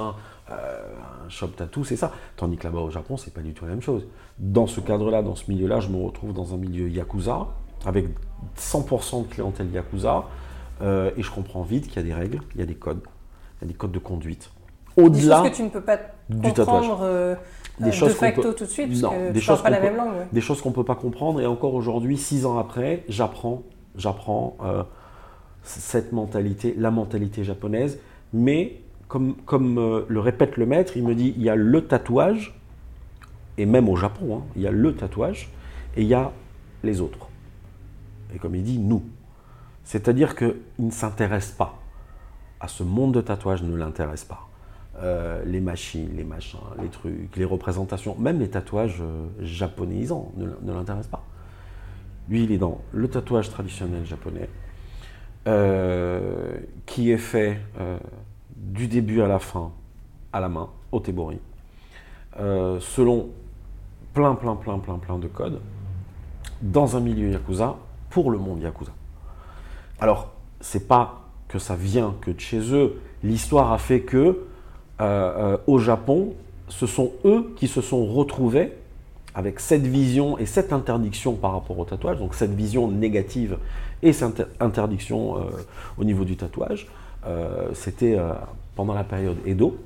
Speaker 2: euh, un shop tattoo, c'est ça. Tandis que là-bas au Japon, c'est pas du tout la même chose. Dans ce cadre-là, dans ce milieu-là, je me retrouve dans un milieu yakuza, avec cent pour cent de clientèle yakuza, euh, et je comprends vite qu'il y a des règles, il y a des codes, il y a des codes de conduite.
Speaker 1: Au-delà des choses que tu ne peux pas comprendre euh,
Speaker 2: des choses
Speaker 1: de facto
Speaker 2: peut...
Speaker 1: tout de suite, parce
Speaker 2: non,
Speaker 1: que
Speaker 2: des
Speaker 1: tu ne parles pas la
Speaker 2: peut...
Speaker 1: même langue. Ouais.
Speaker 2: Des choses qu'on ne peut pas comprendre, et encore aujourd'hui, six ans après, j'apprends, j'apprends euh, cette mentalité, la mentalité japonaise, mais comme, comme euh, le répète le maître, il me dit, il y a le tatouage, et même au Japon, hein, il y a le tatouage, et il y a les autres. Et comme il dit, nous. C'est-à-dire qu'il ne s'intéresse pas à ce monde de tatouage, ne l'intéresse pas. Euh, les machines, les machins, les trucs, les représentations, même les tatouages euh, japonaisants ne, ne l'intéressent pas. Lui, il est dans le tatouage traditionnel japonais, euh, qui est fait euh, du début à la fin, à la main, au tebori, euh, selon plein, plein, plein, plein, plein de codes, dans un milieu yakuza, pour le monde yakuza. Alors, c'est pas que ça vient que de chez eux. L'histoire a fait que, euh, euh, au Japon, ce sont eux qui se sont retrouvés avec cette vision et cette interdiction par rapport au tatouage, donc cette vision négative et cette interdiction euh, au niveau du tatouage. Euh, c'était euh, pendant la période Edo,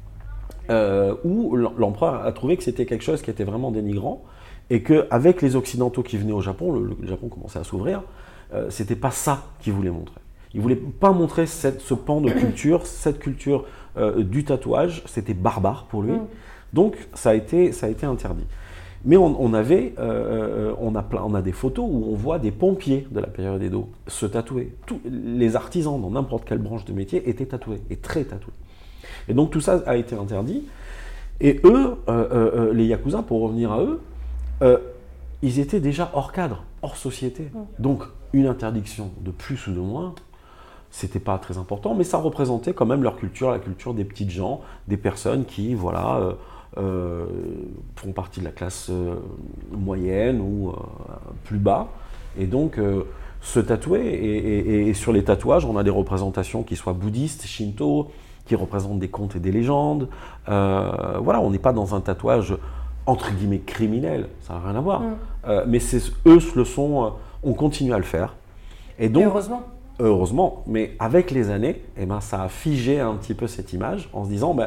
Speaker 2: euh, où l'empereur a trouvé que c'était quelque chose qui était vraiment dénigrant, et qu'avec les Occidentaux qui venaient au Japon, le, le Japon commençait à s'ouvrir, euh, c'était pas ça qu'il voulait montrer. Il ne voulait pas montrer cette, ce pan de culture, cette culture euh, du tatouage, c'était barbare pour lui. Mm. Donc ça a été, ça a été interdit. Mais on, on avait, euh, on, a plein, on a des photos où on voit des pompiers de la période Edo se tatouer. Tous les artisans dans n'importe quelle branche de métier étaient tatoués, et très tatoués. Et donc tout ça a été interdit. Et eux, euh, euh, les Yakuza, pour revenir à eux, euh, ils étaient déjà hors cadre, hors société. Mm. Donc une interdiction de plus ou de moins, c'était pas très important, mais ça représentait quand même leur culture, la culture des petites gens, des personnes qui, voilà, euh, euh, font partie de la classe euh, moyenne ou euh, plus bas. Et donc, euh, se tatouer, et, et, et sur les tatouages, on a des représentations qui soient bouddhistes, shinto, qui représentent des contes et des légendes. Euh, voilà, on n'est pas dans un tatouage entre guillemets criminel, ça n'a rien à voir. Mm. Euh, mais c'est, eux le sont, euh, on continue à le faire. Et donc,
Speaker 1: et heureusement.
Speaker 2: Heureusement, mais avec les années, eh ben, ça a figé un petit peu cette image en se disant, ben,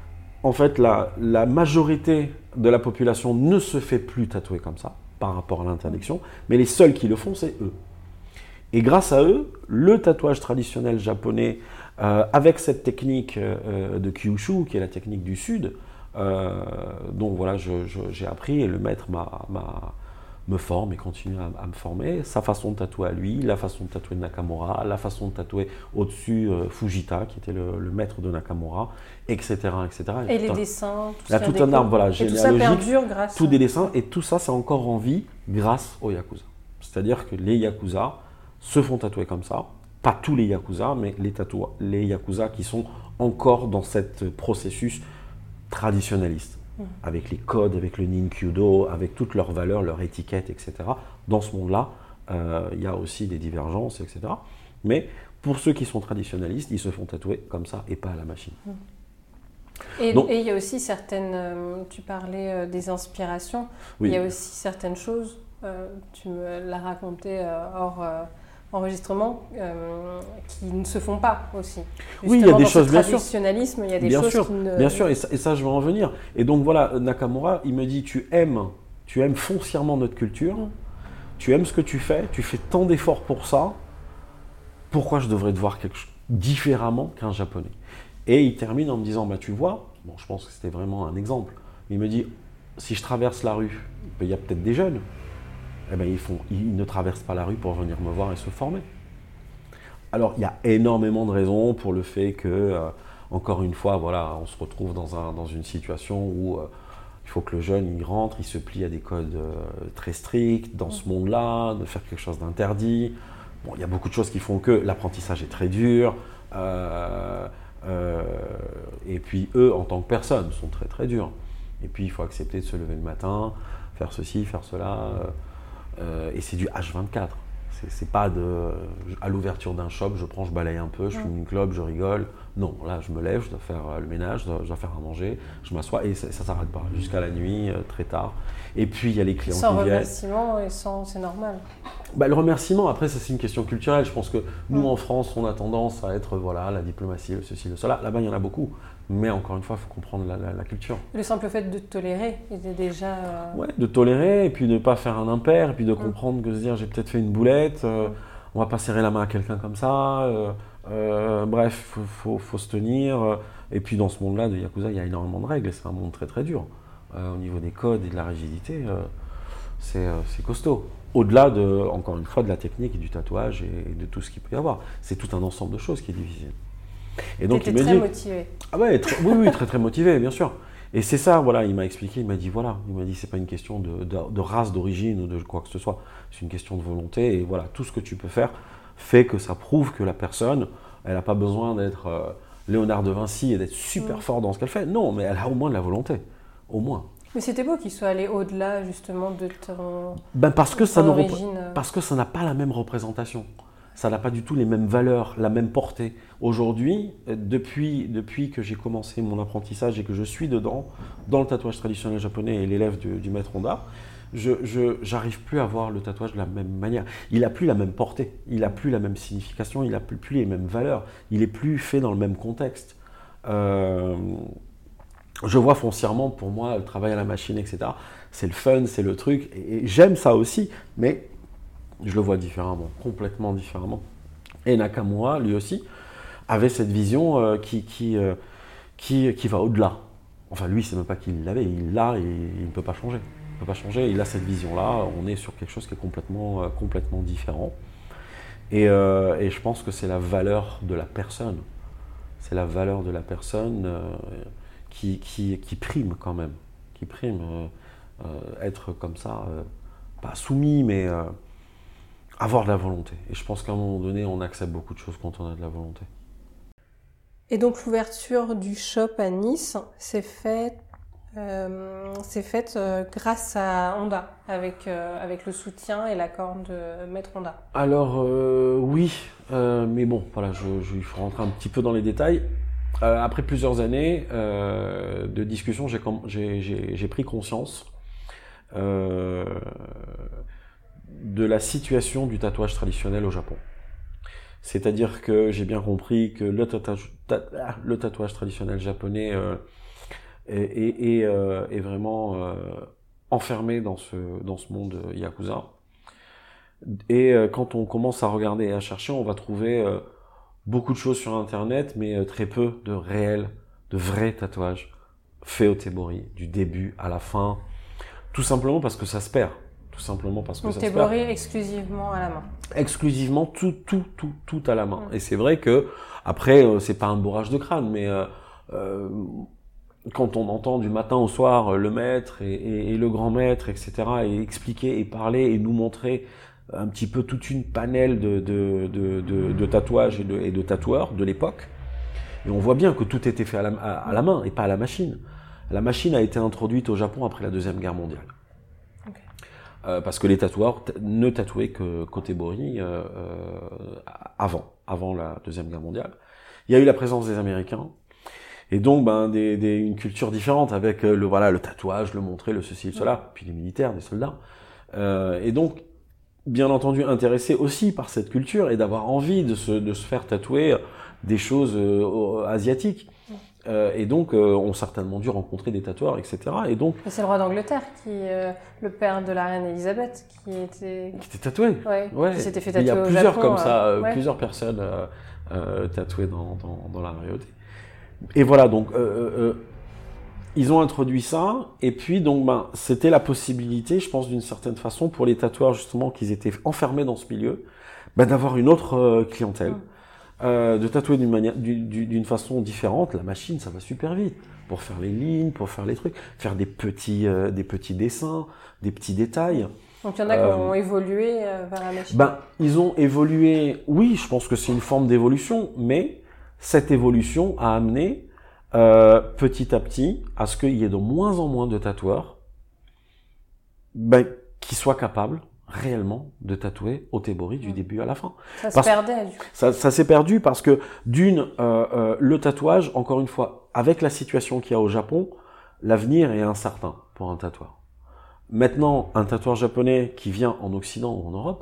Speaker 2: en fait, la, la majorité de la population ne se fait plus tatouer comme ça par rapport à l'interdiction, mais les seuls qui le font, c'est eux. Et grâce à eux, le tatouage traditionnel japonais, euh, avec cette technique euh, de Kyushu, qui est la technique du Sud, euh, dont voilà, je, je, j'ai appris, et le maître m'a... m'a me forme et continue à, à me former, sa façon de tatouer à lui, la façon de tatouer de Nakamura, la façon de tatouer au-dessus euh, Fujita, qui était le, le maître de Nakamura, et cetera, et cetera.
Speaker 1: Et, et les un, dessins, tout
Speaker 2: ça. Il y a tout un arbre, voilà, généalogique,
Speaker 1: tout ça perdure grâce
Speaker 2: tous des dessins, et tout ça, c'est encore en vie grâce aux Yakuza. C'est-à-dire que les Yakuza se font tatouer comme ça, pas tous les Yakuza, mais les, tatouages, les Yakuza qui sont encore dans ce processus traditionnaliste. Avec les codes, avec le Ninkyudo, avec toutes leurs valeurs, leurs étiquettes, et cetera. Dans ce monde-là, euh, il y a aussi des divergences, et cetera. Mais pour ceux qui sont traditionnalistes, ils se font tatouer comme ça et pas à la machine.
Speaker 1: Et, Donc, et il y a aussi certaines, euh, tu parlais euh, des inspirations, oui. Il y a aussi certaines choses, euh, tu me l'as raconté euh, hors euh, enregistrement, euh, qui ne se font pas aussi. Justement,
Speaker 2: oui, il y a des
Speaker 1: dans
Speaker 2: choses,
Speaker 1: ce
Speaker 2: bien sûr.
Speaker 1: traditionnalisme, il y a des
Speaker 2: bien
Speaker 1: choses
Speaker 2: sûr,
Speaker 1: qui ne...
Speaker 2: Bien sûr, et ça, et ça, je vais en venir. Et donc voilà, Nakamura, il me dit, tu aimes, tu aimes foncièrement notre culture, mm. tu aimes ce que tu fais, tu fais tant d'efforts pour ça, pourquoi je devrais te voir quelque chose différemment qu'un Japonais? Et il termine en me disant, bah tu vois, bon, je pense que c'était vraiment un exemple, il me dit, si je traverse la rue, il y a peut-être des jeunes, eh ben, ils, font, ils ne traversent pas la rue pour venir me voir et se former. Alors, il y a énormément de raisons pour le fait que, euh, encore une fois, voilà, on se retrouve dans, un, dans une situation où euh, il faut que le jeune il rentre, il se plie à des codes euh, très stricts dans ce monde-là, de faire quelque chose d'interdit. Bon, il y a beaucoup de choses qui font que l'apprentissage est très dur. Euh, euh, et puis, eux, en tant que personnes, sont très très durs. Et puis, il faut accepter de se lever le matin, faire ceci, faire cela. Euh, Euh, et c'est du H vingt-quatre. C'est, c'est pas de, à l'ouverture d'un shop, je prends, je balaye un peu, je fume une clope, je rigole. Non, là, je me lève, je dois faire le ménage, je dois, je dois faire à manger, je m'assois et ça, ça s'arrête pas jusqu'à la nuit, euh, très tard. Et puis il y a les clients
Speaker 1: sans
Speaker 2: qui viennent.
Speaker 1: remerciement et sans, c'est normal.
Speaker 2: Bah, le remerciement, après, ça c'est une question culturelle. Je pense que nous, en France, on a tendance à être, voilà, la diplomatie, le ceci, le cela. Là-bas, il y en a beaucoup. Mais encore une fois, il faut comprendre la, la, la culture.
Speaker 1: Le simple fait de tolérer était déjà... Euh...
Speaker 2: Ouais, de tolérer, et puis de ne pas faire un impair, et puis de comprendre que se dire, j'ai peut-être fait une boulette, euh, on va pas serrer la main à quelqu'un comme ça. Euh, euh, bref, il faut, faut, faut se tenir. Et puis dans ce monde-là de Yakuza, il y a énormément de règles, et c'est un monde très très dur. Euh, au niveau des codes et de la rigidité, euh, c'est, euh, c'est costaud. Au-delà, de, encore une fois, de la technique et du tatouage et de tout ce qu'il peut y avoir. C'est tout un ensemble de choses qui est difficile.
Speaker 1: Et donc, il me très dit, motivé.
Speaker 2: Ah ouais, très, oui, oui, très très motivé, bien sûr. Et c'est ça, voilà, il m'a expliqué, il m'a dit, voilà, il m'a dit, c'est pas une question de, de, de race, d'origine ou de quoi que ce soit. C'est une question de volonté. Et voilà, tout ce que tu peux faire fait que ça prouve que la personne, elle n'a pas besoin d'être euh, Léonard de Vinci et d'être super mmh. fort dans ce qu'elle fait. Non, mais elle a au moins de la volonté. Au moins.
Speaker 1: Mais c'était beau qu'il soit allé au-delà justement de ton,
Speaker 2: ben parce que ça
Speaker 1: ton
Speaker 2: ne
Speaker 1: origine.
Speaker 2: Repré- parce que ça n'a pas la même représentation. Ça n'a pas du tout les mêmes valeurs, la même portée. Aujourd'hui, depuis, depuis que j'ai commencé mon apprentissage et que je suis dedans, dans le tatouage traditionnel japonais et l'élève du, du maître Honda, je n'arrive plus à voir le tatouage de la même manière. Il n'a plus la même portée, il n'a plus la même signification, il n'a plus, plus les mêmes valeurs, il n'est plus fait dans le même contexte. Euh, je vois foncièrement, pour moi, le travail à la machine, et cetera, c'est le fun, c'est le truc, et, et j'aime ça aussi, mais je le vois différemment, complètement différemment. Et Nakamura, lui aussi, avait cette vision euh, qui, qui, euh, qui, qui va au-delà. Enfin, lui, c'est même pas qu'il l'avait, il l'a et il ne peut pas changer. Il ne peut pas changer, il a cette vision-là, on est sur quelque chose qui est complètement, euh, complètement différent. Et, euh, et je pense que c'est la valeur de la personne. C'est la valeur de la personne euh, qui, qui, qui prime quand même. Qui prime. Euh, euh, être comme ça, euh, pas soumis, mais... Euh, avoir de la volonté. Et je pense qu'à un moment donné, on accepte beaucoup de choses quand on a de la volonté.
Speaker 1: Et donc l'ouverture du shop à Nice s'est faite euh, c'est faite euh, grâce à Honda, avec, euh, avec le soutien et l'accord de Maître Honda.
Speaker 2: Alors euh, oui, euh, mais bon, voilà, je, je, il faut rentrer un petit peu dans les détails. Euh, après plusieurs années euh, de discussion, j'ai, j'ai, j'ai, j'ai pris conscience euh, de la situation du tatouage traditionnel au Japon. C'est-à-dire que j'ai bien compris que le tatouage, le tatouage traditionnel japonais euh, est, est, est, euh, est vraiment euh, enfermé dans ce, dans ce monde Yakuza. Et euh, quand on commence à regarder et à chercher, on va trouver euh, beaucoup de choses sur Internet, mais euh, très peu de réels, de vrais tatouages faits au tebori, du début à la fin, tout simplement parce que ça se perd. Tout simplement parce que
Speaker 1: donc
Speaker 2: ça
Speaker 1: t'es
Speaker 2: se perd.
Speaker 1: boré exclusivement à la main.
Speaker 2: Exclusivement, tout, tout, tout, tout à la main. Mmh. Et c'est vrai que, après, euh, c'est pas un bourrage de crâne, mais euh, euh, quand on entend du matin au soir le maître et, et, et le grand maître, et cetera, et expliquer et parler et nous montrer un petit peu toute une panelle de, de, de, de, de tatouages et de, et de tatoueurs de l'époque, et on voit bien que tout était fait à la, à, à la main et pas à la machine. La machine a été introduite au Japon après la Deuxième Guerre mondiale. Euh, parce que les tatoueurs t- ne tatouaient que côté Bori euh, euh, avant, avant la Deuxième Guerre mondiale. Il y a eu la présence des Américains, et donc ben, des, des, une culture différente avec le, voilà, le tatouage, le montrer, le ceci, le cela, puis les militaires, des soldats. Euh, et donc, bien entendu, intéressés aussi par cette culture et d'avoir envie de se, de se faire tatouer des choses euh, asiatiques. Euh, et donc, euh, ont certainement dû rencontrer des tatoueurs, et cetera. Et donc,
Speaker 1: et c'est le roi d'Angleterre, qui, euh, le père de la reine Elisabeth, qui était...
Speaker 2: Qui était tatoué.
Speaker 1: Ouais,
Speaker 2: ouais.
Speaker 1: Qui s'était fait tatouer au Japon.
Speaker 2: Il y a plusieurs comme ça,
Speaker 1: euh, ouais.
Speaker 2: plusieurs personnes euh, euh, tatouées dans, dans, dans la royauté. Et voilà, donc, euh, euh, ils ont introduit ça, et puis, donc, ben, c'était la possibilité, je pense, d'une certaine façon, pour les tatoueurs, justement, qu'ils étaient enfermés dans ce milieu, ben, d'avoir une autre euh, clientèle. Mmh. Euh, de tatouer d'une manière, d'une façon différente. La machine, ça va super vite pour faire les lignes, pour faire les trucs, faire des petits, euh, des petits dessins, des petits détails.
Speaker 1: Donc il y en a qui euh, ont évolué euh, vers la machine.
Speaker 2: Ben, ils ont évolué. Oui, je pense que c'est une forme d'évolution, mais cette évolution a amené euh, petit à petit à ce qu'il y ait de moins en moins de tatoueurs ben, qui soient capables réellement de tatouer Otebori du début à la fin.
Speaker 1: Ça se
Speaker 2: parce,
Speaker 1: perdait. Du coup.
Speaker 2: Ça, ça s'est perdu parce que d'une, euh, euh, le tatouage, encore une fois, avec la situation qu'il y a au Japon, l'avenir est incertain pour un tatoueur. Maintenant, un tatoueur japonais qui vient en Occident ou en Europe,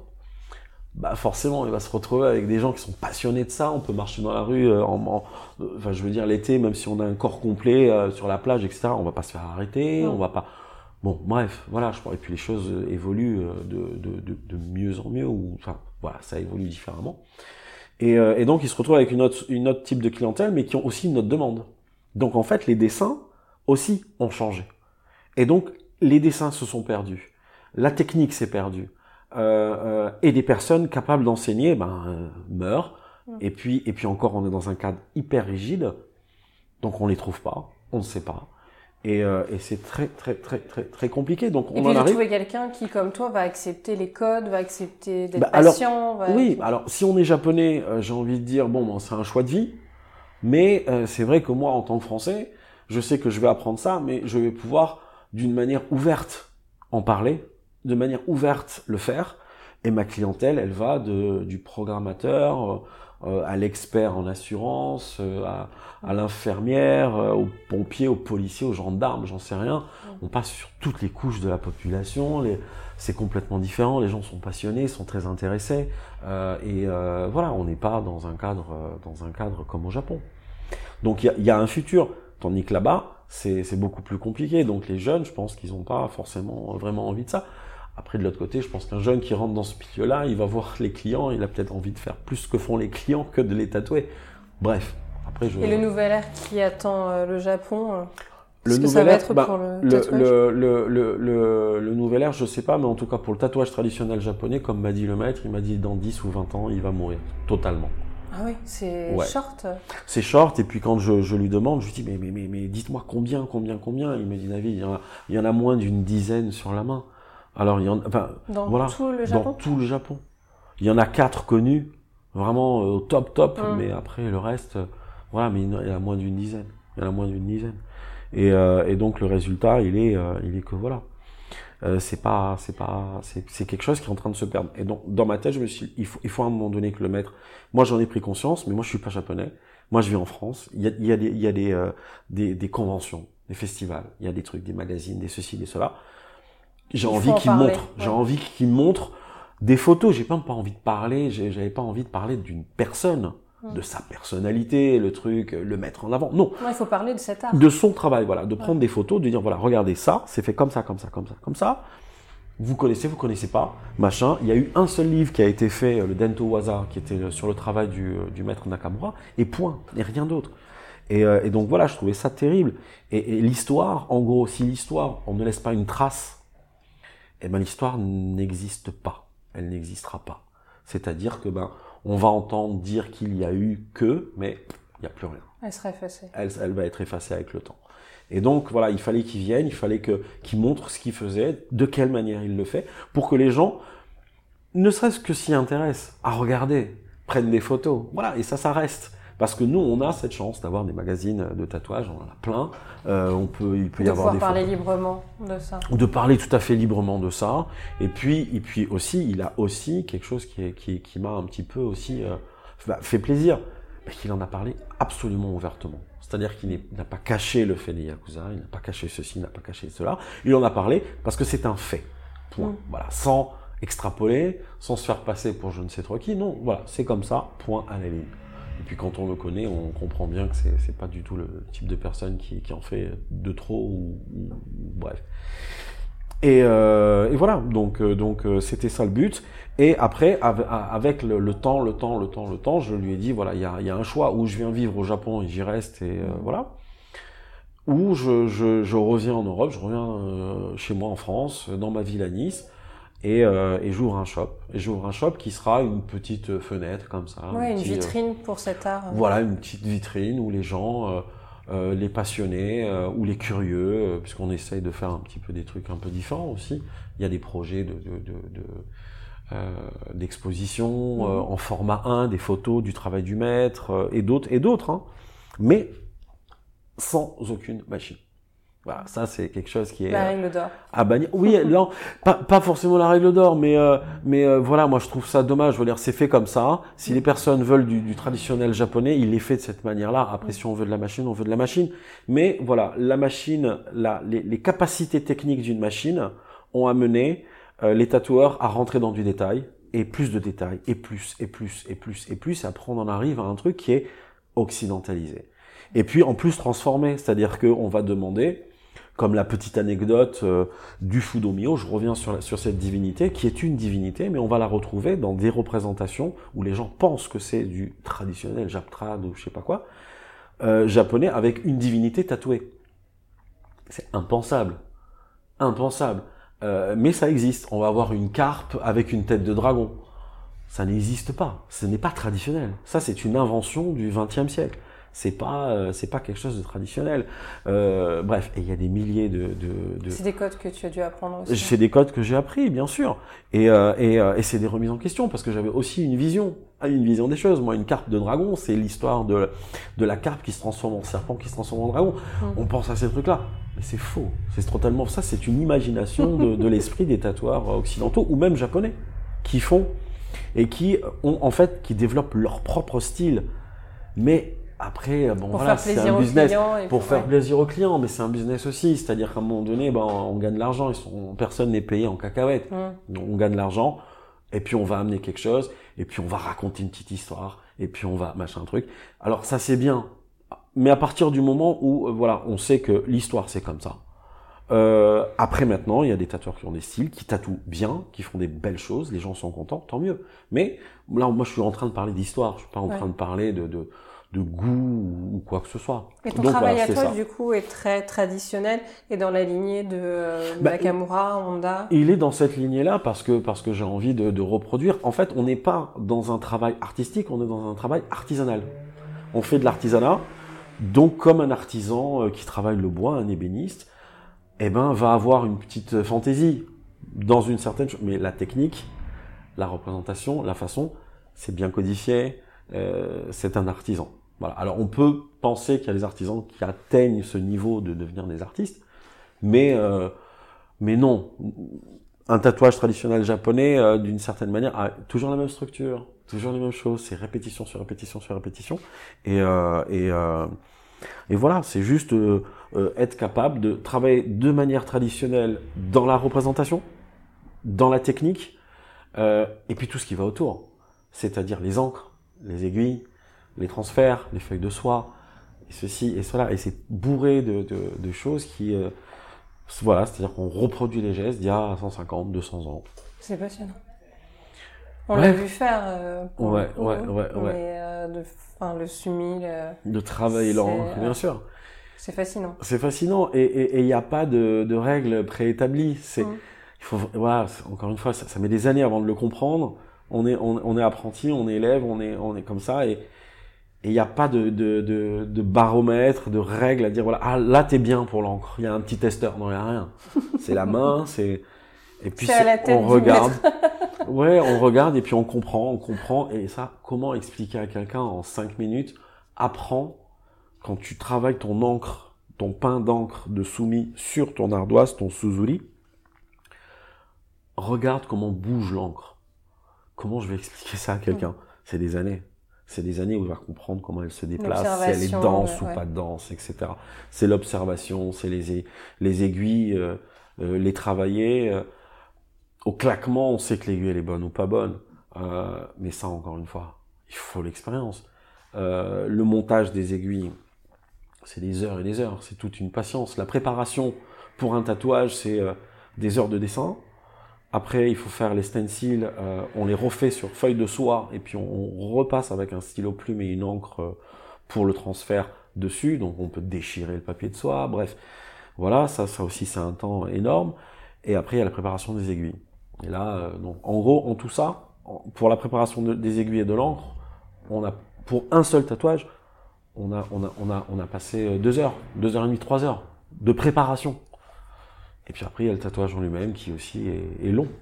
Speaker 2: bah forcément, il va se retrouver avec des gens qui sont passionnés de ça. On peut marcher dans la rue, euh, en, en, enfin, je veux dire, l'été, même si on a un corps complet euh, sur la plage, et cetera. On va pas se faire arrêter, mmh. on va pas. Bon, bref, voilà. Je crois. Et puis les choses évoluent de, de, de, de mieux en mieux, ou enfin, voilà, ça évolue différemment. Et, euh, et donc, ils se retrouvent avec une autre, une autre type de clientèle, mais qui ont aussi une autre demande. Donc, en fait, les dessins aussi ont changé. Et donc, les dessins se sont perdus. La technique s'est perdue. Euh, euh, et des personnes capables d'enseigner ben, euh, meurent. Mmh. Et puis, et puis encore, on est dans un cadre hyper rigide. Donc, on les trouve pas. On ne sait pas. Et, euh, et c'est très, très, très, très, très compliqué. Donc, on
Speaker 1: et
Speaker 2: en
Speaker 1: puis, de
Speaker 2: arrive...
Speaker 1: trouver quelqu'un qui, comme toi, va accepter les codes, va accepter d'être
Speaker 2: bah,
Speaker 1: patient.
Speaker 2: Alors,
Speaker 1: va...
Speaker 2: Oui, alors, si on est japonais, euh, j'ai envie de dire, bon, bon c'est un choix de vie. Mais euh, c'est vrai que moi, en tant que Français, je sais que je vais apprendre ça, mais je vais pouvoir, d'une manière ouverte, en parler, de manière ouverte le faire. Et ma clientèle, elle va de, du programmateur euh, à l'expert en assurance, euh, à, à l'infirmière, euh, aux pompiers, aux policiers, aux gendarmes, j'en sais rien. On passe sur toutes les couches de la population. Les, c'est complètement différent. Les gens sont passionnés, sont très intéressés. Euh, et euh, voilà, on n'est pas dans un cadre, euh, dans un cadre comme au Japon. Donc il y a, y a un futur, tandis que là-bas, c'est, c'est beaucoup plus compliqué. Donc les jeunes, je pense qu'ils n'ont pas forcément vraiment envie de ça. Après, de l'autre côté, je pense qu'un jeune qui rentre dans ce milieu-là, il va voir les clients, il a peut-être envie de faire plus ce que font les clients que de les tatouer. Bref. Après, je...
Speaker 1: Et le nouvel ère qui attend euh, le Japon, euh,
Speaker 2: le
Speaker 1: ce que
Speaker 2: nouvel
Speaker 1: ça va
Speaker 2: ère,
Speaker 1: être
Speaker 2: bah,
Speaker 1: pour le,
Speaker 2: le
Speaker 1: tatouage
Speaker 2: le, le, le, le, le nouvel ère, je sais pas, mais en tout cas pour le tatouage traditionnel japonais, comme m'a dit le maître, il m'a dit dans dix ou vingt ans, il va mourir totalement.
Speaker 1: Ah oui, c'est ouais. short.
Speaker 2: C'est short, et puis quand je, je lui demande, je lui dis, mais, mais, mais, mais dites-moi combien, combien, combien. Il me dit, Navi, il y en a, il y en a moins d'une dizaine sur la main. Alors, il y en a, enfin,
Speaker 1: dans
Speaker 2: voilà,
Speaker 1: tout le Japon.
Speaker 2: Dans tout le Japon. Il y en a quatre connus, vraiment au top, top,
Speaker 1: mmh.
Speaker 2: mais après, le reste, euh, voilà, mais il y en a moins d'une dizaine. Il y en a moins d'une dizaine. Et, euh, et donc, le résultat, il est, euh, il est que voilà. Euh, c'est pas, c'est pas, c'est, c'est quelque chose qui est en train de se perdre. Et donc, dans ma tête, je me suis dit, il faut, il faut à un moment donné que le maître, moi j'en ai pris conscience, mais moi je suis pas japonais. Moi je vis en France. Il y a, il y a des, il y a des, euh, des, des conventions, des festivals, il y a des trucs, des magazines, des ceci, des cela. J'ai il envie qu'ils montrent, ouais. j'ai envie qu'ils montrent des photos. J'ai pas, pas envie de parler, j'ai, j'avais pas envie de parler d'une personne, mmh. de sa personnalité, le truc, le mettre en avant. Non.
Speaker 1: Non, il faut parler de cet art.
Speaker 2: De son travail, voilà, de prendre ouais. des photos, de dire voilà, regardez ça, c'est fait comme ça, comme ça, comme ça, comme ça. Vous connaissez, vous connaissez pas, machin. Il y a eu un seul livre qui a été fait, le Dento Waza, qui était sur le travail du, du maître Nakamura, et point, et rien d'autre. Et, euh, et donc voilà, je trouvais ça terrible. Et, et l'histoire, en gros, si l'histoire, on ne laisse pas une trace, eh ben l'histoire n'existe pas. Elle n'existera pas. C'est-à-dire que ben, on va entendre dire qu'il y a eu que, mais il n'y a plus rien.
Speaker 1: Elle sera effacée.
Speaker 2: Elle, elle va être effacée avec le temps. Et donc, voilà, il fallait qu'il vienne, il fallait que, qu'il montre ce qu'il faisait, de quelle manière il le fait, pour que les gens, ne serait-ce que s'y intéressent, à regarder, prennent des photos. Voilà, et ça, ça reste. Parce que nous, on a cette chance d'avoir des magazines de tatouage, on en a plein. Euh, on peut, il peut y avoir des
Speaker 1: pouvoir parler librement de ça.
Speaker 2: De parler tout à fait librement de ça. Et puis, et puis aussi, il a aussi quelque chose qui, est, qui, qui m'a un petit peu aussi euh, fait plaisir, mais qu'il en a parlé absolument ouvertement. C'est-à-dire qu'il n'a pas caché le fait des Yakuza, il n'a pas caché ceci, il n'a pas caché cela. Il en a parlé parce que c'est un fait. Point. Mmh. Voilà, sans extrapoler, sans se faire passer pour je ne sais trop qui. Non, voilà, c'est comme ça, point à la ligne. Et puis quand on le connaît, on comprend bien que c'est, c'est pas du tout le type de personne qui, qui en fait de trop ou, ou, ou bref. Et, euh, et voilà, donc, donc c'était ça le but. Et après, avec le, le temps, le temps, le temps, le temps, je lui ai dit, voilà, il y a, y a un choix où je viens vivre au Japon et j'y reste, et euh, voilà. Ou je, je, je reviens en Europe, je reviens euh, chez moi en France, dans ma ville à Nice, et, euh, et j'ouvre un shop. Et j'ouvre un shop qui sera une petite fenêtre comme ça.
Speaker 1: Ouais, une
Speaker 2: petit,
Speaker 1: vitrine
Speaker 2: euh,
Speaker 1: pour cet art.
Speaker 2: Voilà, une petite vitrine où les gens... Euh, Euh, les passionnés euh, ou les curieux, euh, puisqu'on essaye de faire un petit peu des trucs un peu différents aussi. Il y a des projets de, de, de, de euh, d'exposition mmh. euh, en format un, des photos du travail du maître euh, et d'autres et d'autres, hein, mais sans aucune machine. Voilà, ça c'est quelque chose qui est
Speaker 1: la règle d'or.
Speaker 2: à bannir. Oui, non, pas, pas forcément la règle d'or, mais euh, mais euh, voilà, moi je trouve ça dommage. Je veux dire, c'est fait comme ça. Si les personnes veulent du, du traditionnel japonais, il est fait de cette manière-là. Après, si on veut de la machine, on veut de la machine. Mais voilà, la machine, la, les, les capacités techniques d'une machine ont amené euh, les tatoueurs à rentrer dans du détail et plus de détails et plus et plus et plus et plus. Et après, on en arrive à un truc qui est occidentalisé. Et puis en plus transformé, c'est-à-dire qu'on va demander, comme la petite anecdote euh, du Fudomyo, je reviens sur, la, sur cette divinité, qui est une divinité, mais on va la retrouver dans des représentations où les gens pensent que c'est du traditionnel japtrad ou je sais pas quoi, euh, japonais avec une divinité tatouée. C'est impensable. Impensable. Euh, mais ça existe. On va avoir une carpe avec une tête de dragon. Ça n'existe pas. Ce n'est pas traditionnel. Ça, c'est une invention du vingtième siècle. C'est pas, euh, c'est pas quelque chose de traditionnel. Euh, bref, et il y a des milliers de, de, de...
Speaker 1: C'est des codes que tu as dû apprendre aussi.
Speaker 2: C'est des codes que j'ai appris, bien sûr. Et, euh, et, euh, et c'est des remises en question, parce que j'avais aussi une vision, une vision des choses. Moi, une carpe de dragon, c'est l'histoire de, de la carpe qui se transforme en serpent, qui se transforme en dragon. Mmh. On pense à ces trucs-là. Mais c'est faux. C'est totalement ça. C'est une imagination de, de l'esprit des tatoueurs occidentaux, ou même japonais, qui font, et qui ont, en fait, qui développent leur propre style. Mais après, bon
Speaker 1: pour
Speaker 2: voilà,
Speaker 1: c'est
Speaker 2: un business
Speaker 1: et
Speaker 2: pour faire ouais. plaisir aux clients, mais c'est un business aussi. C'est-à-dire qu'à un moment donné, ben, on gagne de l'argent. Ils sont, personne n'est payé en cacahuètes. Mm. On gagne de l'argent, et puis on va amener quelque chose, et puis on va raconter une petite histoire, et puis on va machin truc. Alors ça c'est bien, mais à partir du moment où voilà, on sait que l'histoire c'est comme ça. Euh, après maintenant, il y a des tatoueurs qui ont des styles, qui tatouent bien, qui font des belles choses. Les gens sont contents, tant mieux. Mais là, moi, je suis en train de parler d'histoire. Je suis pas en ouais. train de parler de, de de goût ou quoi que ce soit.
Speaker 1: Et ton Donc, travail voilà, à toi, ça. du coup, est très traditionnel et dans la lignée de euh, bah, Nakamura, Honda.
Speaker 2: Il est dans cette lignée-là parce que parce que j'ai envie de, de reproduire. En fait, on n'est pas dans un travail artistique, on est dans un travail artisanal. On fait de l'artisanat, donc comme un artisan euh, qui travaille le bois, un ébéniste, eh ben va avoir une petite fantaisie dans une certaine chose. Mais la technique, la représentation, la façon, c'est bien codifié. Euh, c'est un artisan. Voilà. Alors on peut penser qu'il y a des artisans qui atteignent ce niveau de devenir des artistes, mais euh, mais non. Un tatouage traditionnel japonais, euh, d'une certaine manière, a toujours la même structure, toujours les mêmes choses. C'est répétition sur répétition sur répétition. Et euh, et euh, et voilà, c'est juste euh, euh, être capable de travailler de manière traditionnelle dans la représentation, dans la technique, euh, et puis tout ce qui va autour, c'est-à-dire les encres, les aiguilles, les transferts, les feuilles de soie, et ceci et cela, et c'est bourré de, de, de choses qui, euh, voilà, c'est-à-dire qu'on reproduit les gestes d'il y a cent cinquante, deux cents ans.
Speaker 1: C'est passionnant. On ouais. l'a vu faire. Euh, pour
Speaker 2: ouais,
Speaker 1: pour
Speaker 2: ouais,
Speaker 1: eux,
Speaker 2: ouais, ouais.
Speaker 1: Mais euh, de, enfin, le sumi, le...
Speaker 2: de travailler l'encre, bien sûr.
Speaker 1: C'est fascinant.
Speaker 2: C'est fascinant, et il n'y a pas de, de règles préétablies. C'est, mmh. il faut, voilà, encore une fois, ça, ça met des années avant de le comprendre. On est, on, on est apprenti, on est élève, on est, on est comme ça, et il n'y a pas de, de, de, de baromètre, de règles à dire voilà, ah là t'es bien pour l'encre. Il y a un petit testeur, non il n'y a rien. C'est la main, c'est et puis
Speaker 1: c'est à la tête
Speaker 2: on regarde. Ouais, on regarde et puis on comprend, on comprend. Et ça, comment expliquer à quelqu'un en cinq minutes? Apprends quand tu travailles ton encre, ton pain d'encre de sumi sur ton ardoise, ton suzuri. Regarde comment bouge l'encre. Comment je vais expliquer ça à quelqu'un? C'est des années. C'est des années où il va comprendre comment elle se déplace, si elle est dense ouais, ou pas dense, et cetera. C'est l'observation, c'est les, les aiguilles, euh, euh, les travailler. Euh, au claquement, on sait que l'aiguille elle est bonne ou pas bonne. Euh, mais ça, encore une fois, il faut l'expérience. Euh, le montage des aiguilles, c'est des heures et des heures. C'est toute une patience. La préparation pour un tatouage, c'est euh, des heures de dessin. Après, il faut faire les stencils, euh, on les refait sur feuille de soie et puis on, on repasse avec un stylo plume et une encre euh, pour le transfert dessus. Donc on peut déchirer le papier de soie, bref. Voilà, ça, ça aussi c'est un temps énorme. Et après, il y a la préparation des aiguilles. Et là, euh, donc, en gros, en tout ça, pour la préparation de, des aiguilles et de l'encre, on a, pour un seul tatouage, on a, on a, on a, on a passé deux heures, deux heures et demie, trois heures de préparation. Et puis après, il y a le tatouage en lui-même qui aussi est, est long.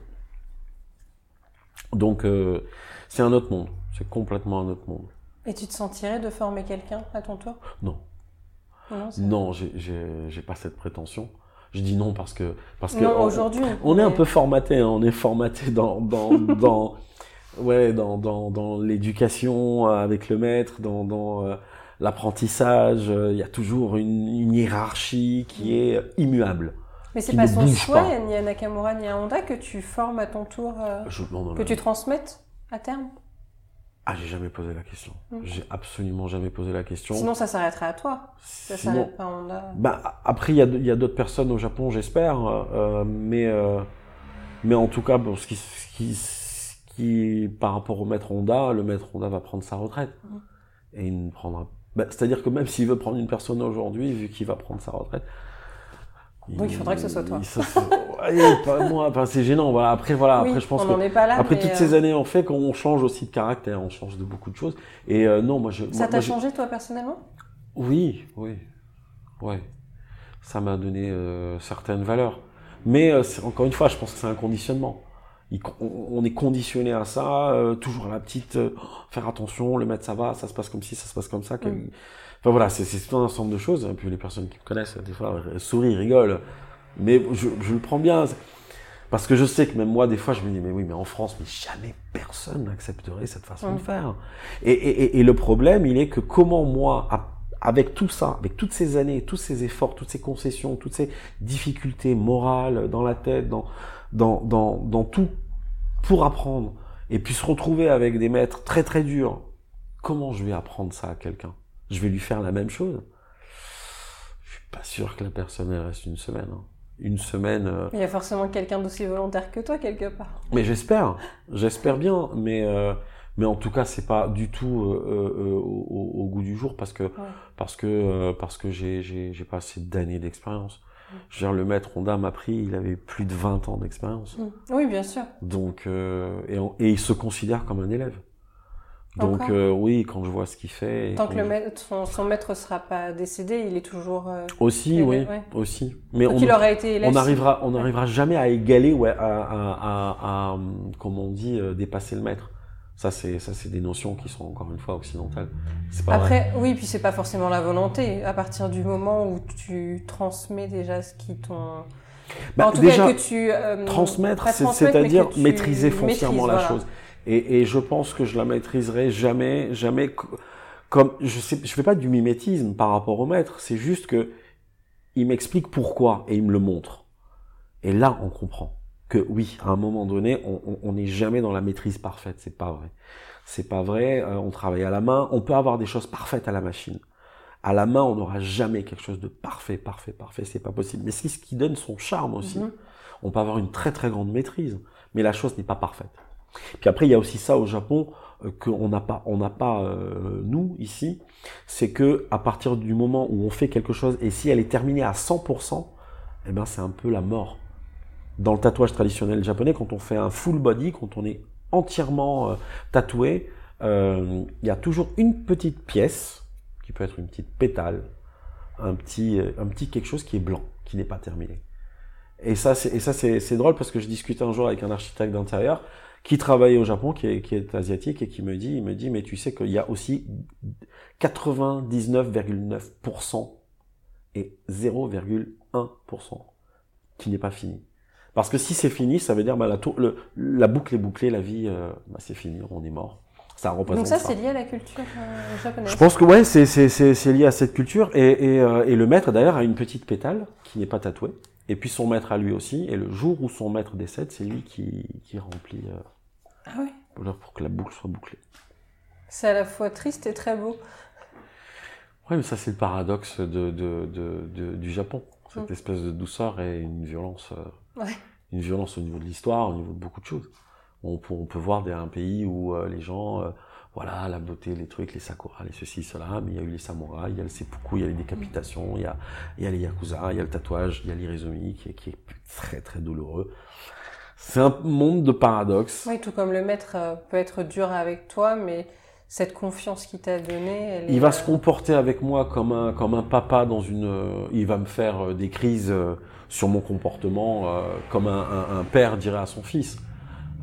Speaker 2: Donc, euh, c'est un autre monde. C'est complètement un autre monde.
Speaker 1: Et tu te sentirais de former quelqu'un à ton tour?
Speaker 2: Non.
Speaker 1: Non,
Speaker 2: non j'ai, j'ai, j'ai pas cette prétention. Je dis non parce que parce que
Speaker 1: non,
Speaker 2: on,
Speaker 1: aujourd'hui,
Speaker 2: on
Speaker 1: mais...
Speaker 2: est un peu formaté, hein, on est formaté dans dans dans ouais dans dans dans l'éducation avec le maître, dans dans euh, l'apprentissage. Il y a toujours une, une hiérarchie qui est immuable.
Speaker 1: Mais c'est
Speaker 2: qui
Speaker 1: pas
Speaker 2: ne
Speaker 1: son
Speaker 2: bouge
Speaker 1: souhait,
Speaker 2: pas.
Speaker 1: ni à Nakamura ni à Honda, que tu formes à ton tour, euh,
Speaker 2: Je, non, non,
Speaker 1: que
Speaker 2: non,
Speaker 1: tu
Speaker 2: non.
Speaker 1: transmettes à terme.
Speaker 2: Ah, j'ai jamais posé la question.
Speaker 1: Mm.
Speaker 2: J'ai absolument jamais posé la question.
Speaker 1: Sinon, ça s'arrêterait à toi. Ça
Speaker 2: Sinon,
Speaker 1: s'arrête pas à Honda.
Speaker 2: bah, après, il y a, il y a d'autres personnes au Japon, j'espère. Euh, mais, euh, mais en tout cas, bon, ce qui, ce qui, ce qui, par rapport au maître Honda, le maître Honda va prendre sa retraite.
Speaker 1: Mm.
Speaker 2: Et il ne prendra. Bah, c'est-à-dire que même s'il veut prendre une personne aujourd'hui, vu qu'il va prendre sa retraite.
Speaker 1: Donc il faudrait que ce soit toi.
Speaker 2: Il, ça, ouais, pas moi. Enfin, c'est gênant. Voilà. Après, voilà.
Speaker 1: Oui,
Speaker 2: après, je pense
Speaker 1: on
Speaker 2: que
Speaker 1: n'en est pas là.
Speaker 2: après
Speaker 1: mais
Speaker 2: toutes
Speaker 1: euh...
Speaker 2: ces années, on fait qu'on change aussi de caractère, on change de beaucoup de choses. Et euh, non, moi, je.
Speaker 1: Ça
Speaker 2: moi,
Speaker 1: t'a
Speaker 2: moi,
Speaker 1: changé toi personnellement?
Speaker 2: Oui, oui, ouais. Ça m'a donné euh, certaines valeurs. Mais euh, c'est, encore une fois, je pense que c'est un conditionnement. Il, on, on est conditionné à ça, euh, toujours à la petite, euh, faire attention, le maître ça va, ça se passe comme ci, ça se passe comme ça. Mm. Enfin voilà, c'est, c'est tout un ensemble de choses. Et puis les personnes qui me connaissent, des fois, elles sourient, rigolent. Mais je, je le prends bien. Parce que je sais que même moi, des fois, je me dis, mais oui, mais en France, mais jamais personne n'accepterait cette façon
Speaker 1: mm.
Speaker 2: de faire. Et, et, et le problème, il est que comment moi, avec tout ça, avec toutes ces années, tous ces efforts, toutes ces concessions, toutes ces difficultés morales dans la tête, dans, dans, dans, dans tout, pour apprendre, et puis se retrouver avec des maîtres très très durs, comment je vais apprendre ça à quelqu'un? Je vais lui faire la même chose? Je suis pas sûr que la personne elle reste une semaine. Hein. Une semaine. Euh...
Speaker 1: Il y a forcément quelqu'un d'aussi volontaire que toi quelque part.
Speaker 2: Mais j'espère, j'espère bien, mais euh, mais en tout cas c'est pas du tout euh, euh, au, au goût du jour parce que ouais. parce que euh, parce que j'ai j'ai j'ai pas assez d'années d'expérience. Mm. Je veux dire, le maître Honda m'a pris, il avait plus de vingt ans d'expérience.
Speaker 1: Mm. Oui, bien sûr.
Speaker 2: Donc euh, et on, et il se considère comme un élève. Donc euh, oui, quand je vois ce qu'il fait.
Speaker 1: Tant que le maître, son, son maître sera pas décédé, il est toujours. Euh,
Speaker 2: aussi, élève, oui, ouais. aussi.
Speaker 1: Mais Donc on, il aurait été élève.
Speaker 2: On n'arrivera, on n'arrivera ouais. jamais à égaler, ouais, à, à, à, à, comme on dit, euh, dépasser le maître. Ça, c'est, ça, c'est des notions qui sont encore une fois occidentales.
Speaker 1: C'est pas Après, vrai. Oui, puis c'est pas forcément la volonté. À partir du moment où tu transmets déjà ce qui t'ont.
Speaker 2: Bah,
Speaker 1: en tout
Speaker 2: déjà,
Speaker 1: cas, que tu euh,
Speaker 2: transmettre, c'est, c'est-à-dire tu maîtriser foncièrement la
Speaker 1: voilà.
Speaker 2: chose. Et, et je pense que je la maîtriserai jamais, jamais comme je sais, je fais pas du mimétisme par rapport au maître. C'est juste que il m'explique pourquoi et il me le montre. Et là, on comprend que oui, à un moment donné, on n'est jamais dans la maîtrise parfaite. C'est pas vrai. C'est pas vrai. Euh, on travaille à la main. On peut avoir des choses parfaites à la machine. À la main, on n'aura jamais quelque chose de parfait, parfait, parfait. C'est pas possible. Mais c'est ce qui donne son charme aussi. Mm-hmm. On peut avoir une très très grande maîtrise, mais la chose n'est pas parfaite. Puis après, il y a aussi ça au Japon euh, qu'on n'a pas, on n'a pas euh, nous ici, c'est que à partir du moment où on fait quelque chose et si elle est terminée à cent pour cent, eh ben c'est un peu la mort. Dans le tatouage traditionnel japonais, quand on fait un full body, quand on est entièrement euh, tatoué, euh, il y a toujours une petite pièce qui peut être une petite pétale, un petit, un petit quelque chose qui est blanc, qui n'est pas terminé. Et ça, c'est, et ça c'est, c'est drôle parce que je discutais un jour avec un architecte d'intérieur qui travaille au Japon, qui est, qui est asiatique, et qui me dit, il me dit, mais tu sais qu'il y a aussi quatre-vingt-dix-neuf virgule neuf pour cent et zéro virgule un pour cent qui n'est pas fini. Parce que si c'est fini, ça veut dire, bah, la, tour, le, la boucle est bouclée, la vie, euh, bah, c'est fini, on est mort. Ça représente
Speaker 1: ça. Donc ça,
Speaker 2: ça,
Speaker 1: c'est lié à la culture euh, japonaise.
Speaker 2: Je pense que ouais, c'est, c'est, c'est, c'est lié à cette culture, et, et, euh, et le maître, d'ailleurs, a une petite pétale qui n'est pas tatouée, et puis son maître à lui aussi, et le jour où son maître décède, c'est lui qui, qui remplit... Euh,
Speaker 1: Ah oui.
Speaker 2: Pour que la boucle soit bouclée.
Speaker 1: C'est à la fois triste et très beau.
Speaker 2: Oui, mais ça c'est le paradoxe de, de, de, de, du Japon. Cette mmh. espèce de douceur et une violence, euh,
Speaker 1: ouais.
Speaker 2: une violence au niveau de l'histoire, au niveau de beaucoup de choses. On peut, on peut voir des, un pays où euh, les gens, euh, voilà, la beauté, les trucs, les sakuras, les ceci, cela, mais il y a eu les samouraïs, il y a le seppuku, il y a les décapitations, mmh. il, y a, il y a les yakuza, il y a le tatouage, il y a l'irisomi qui, qui est très très douloureux. C'est un monde de paradoxes.
Speaker 1: Oui, tout comme le maître euh, peut être dur avec toi, mais cette confiance qu'il t'a donnée, elle
Speaker 2: il
Speaker 1: est,
Speaker 2: va
Speaker 1: euh...
Speaker 2: se comporter avec moi comme un comme un papa dans une. Euh, il va me faire euh, des crises euh, sur mon comportement, euh, comme un, un, un père dirait à son fils.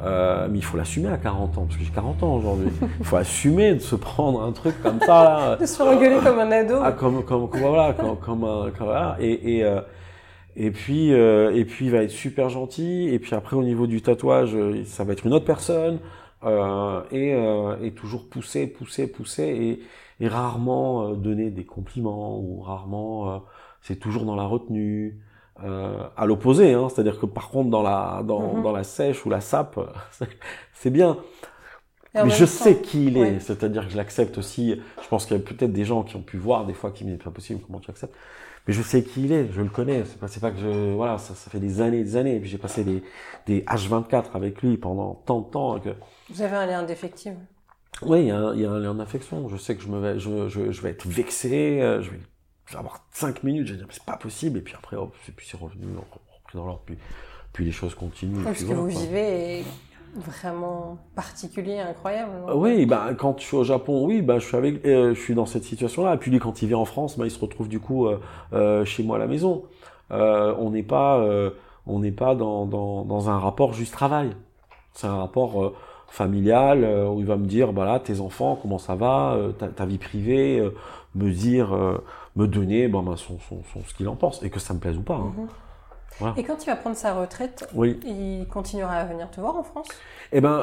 Speaker 2: Euh, mais il faut l'assumer à quarante ans, parce que j'ai quarante ans aujourd'hui. Il faut assumer de se prendre un truc comme ça, là.
Speaker 1: De se faire engueuler comme un ado.
Speaker 2: Ah, comme, comme, comme, voilà, comme, comme un, comme, voilà. Et, et, euh, et puis, euh, et puis, il va être super gentil. Et puis après, au niveau du tatouage, ça va être une autre personne. Euh, et, euh, et toujours pousser, pousser, pousser. Et, et rarement euh, donner des compliments, ou rarement, euh, c'est toujours dans la retenue. Euh, à l'opposé, hein, c'est-à-dire que par contre dans la dans, mm-hmm. dans la sèche ou la sape, c'est, c'est bien. Mais je temps, sais qui il est, ouais. C'est-à-dire que je l'accepte aussi. Je pense qu'il y a peut-être des gens qui ont pu voir des fois qui me disent c'est pas possible, comment tu acceptes. Mais je sais qui il est, je le connais. C'est pas c'est pas que je voilà, ça, ça fait des années, et des années. Et puis j'ai passé des des H vingt-quatre avec lui pendant tant de temps que.
Speaker 1: Vous avez un lien d'affectif.
Speaker 2: Oui, il y a un, il y a un lien d'affection. Je sais que je me vais, je je, je vais être vexé, je vais Je vais avoir cinq minutes, je vais dire, mais c'est pas possible, et puis après, hop, et puis c'est revenu, on repris dans l'ordre, puis, puis les choses continuent.
Speaker 1: Ouais, parce que voilà, vous quoi. Vivez est vraiment particulier, incroyable.
Speaker 2: Euh, oui, bah, quand je suis au Japon, oui, bah, je suis avec, euh, je suis dans cette situation-là, et puis lui, quand il vient en France, bah, il se retrouve du coup euh, euh, chez moi à la maison. Euh, on n'est pas, euh, on n'est pas dans, dans, dans un rapport juste travail. C'est un rapport euh, familial euh, où il va me dire, bah là, tes enfants, comment ça va, euh, ta, ta vie privée, euh, me dire. Euh, me donner ben, ben, son, son, son, ce qu'il en pense, et que ça me plaise ou pas. Hein.
Speaker 1: Mmh.
Speaker 2: Voilà.
Speaker 1: Et quand il va prendre sa retraite,
Speaker 2: oui.
Speaker 1: il continuera à venir te voir en France ?
Speaker 2: Eh ben,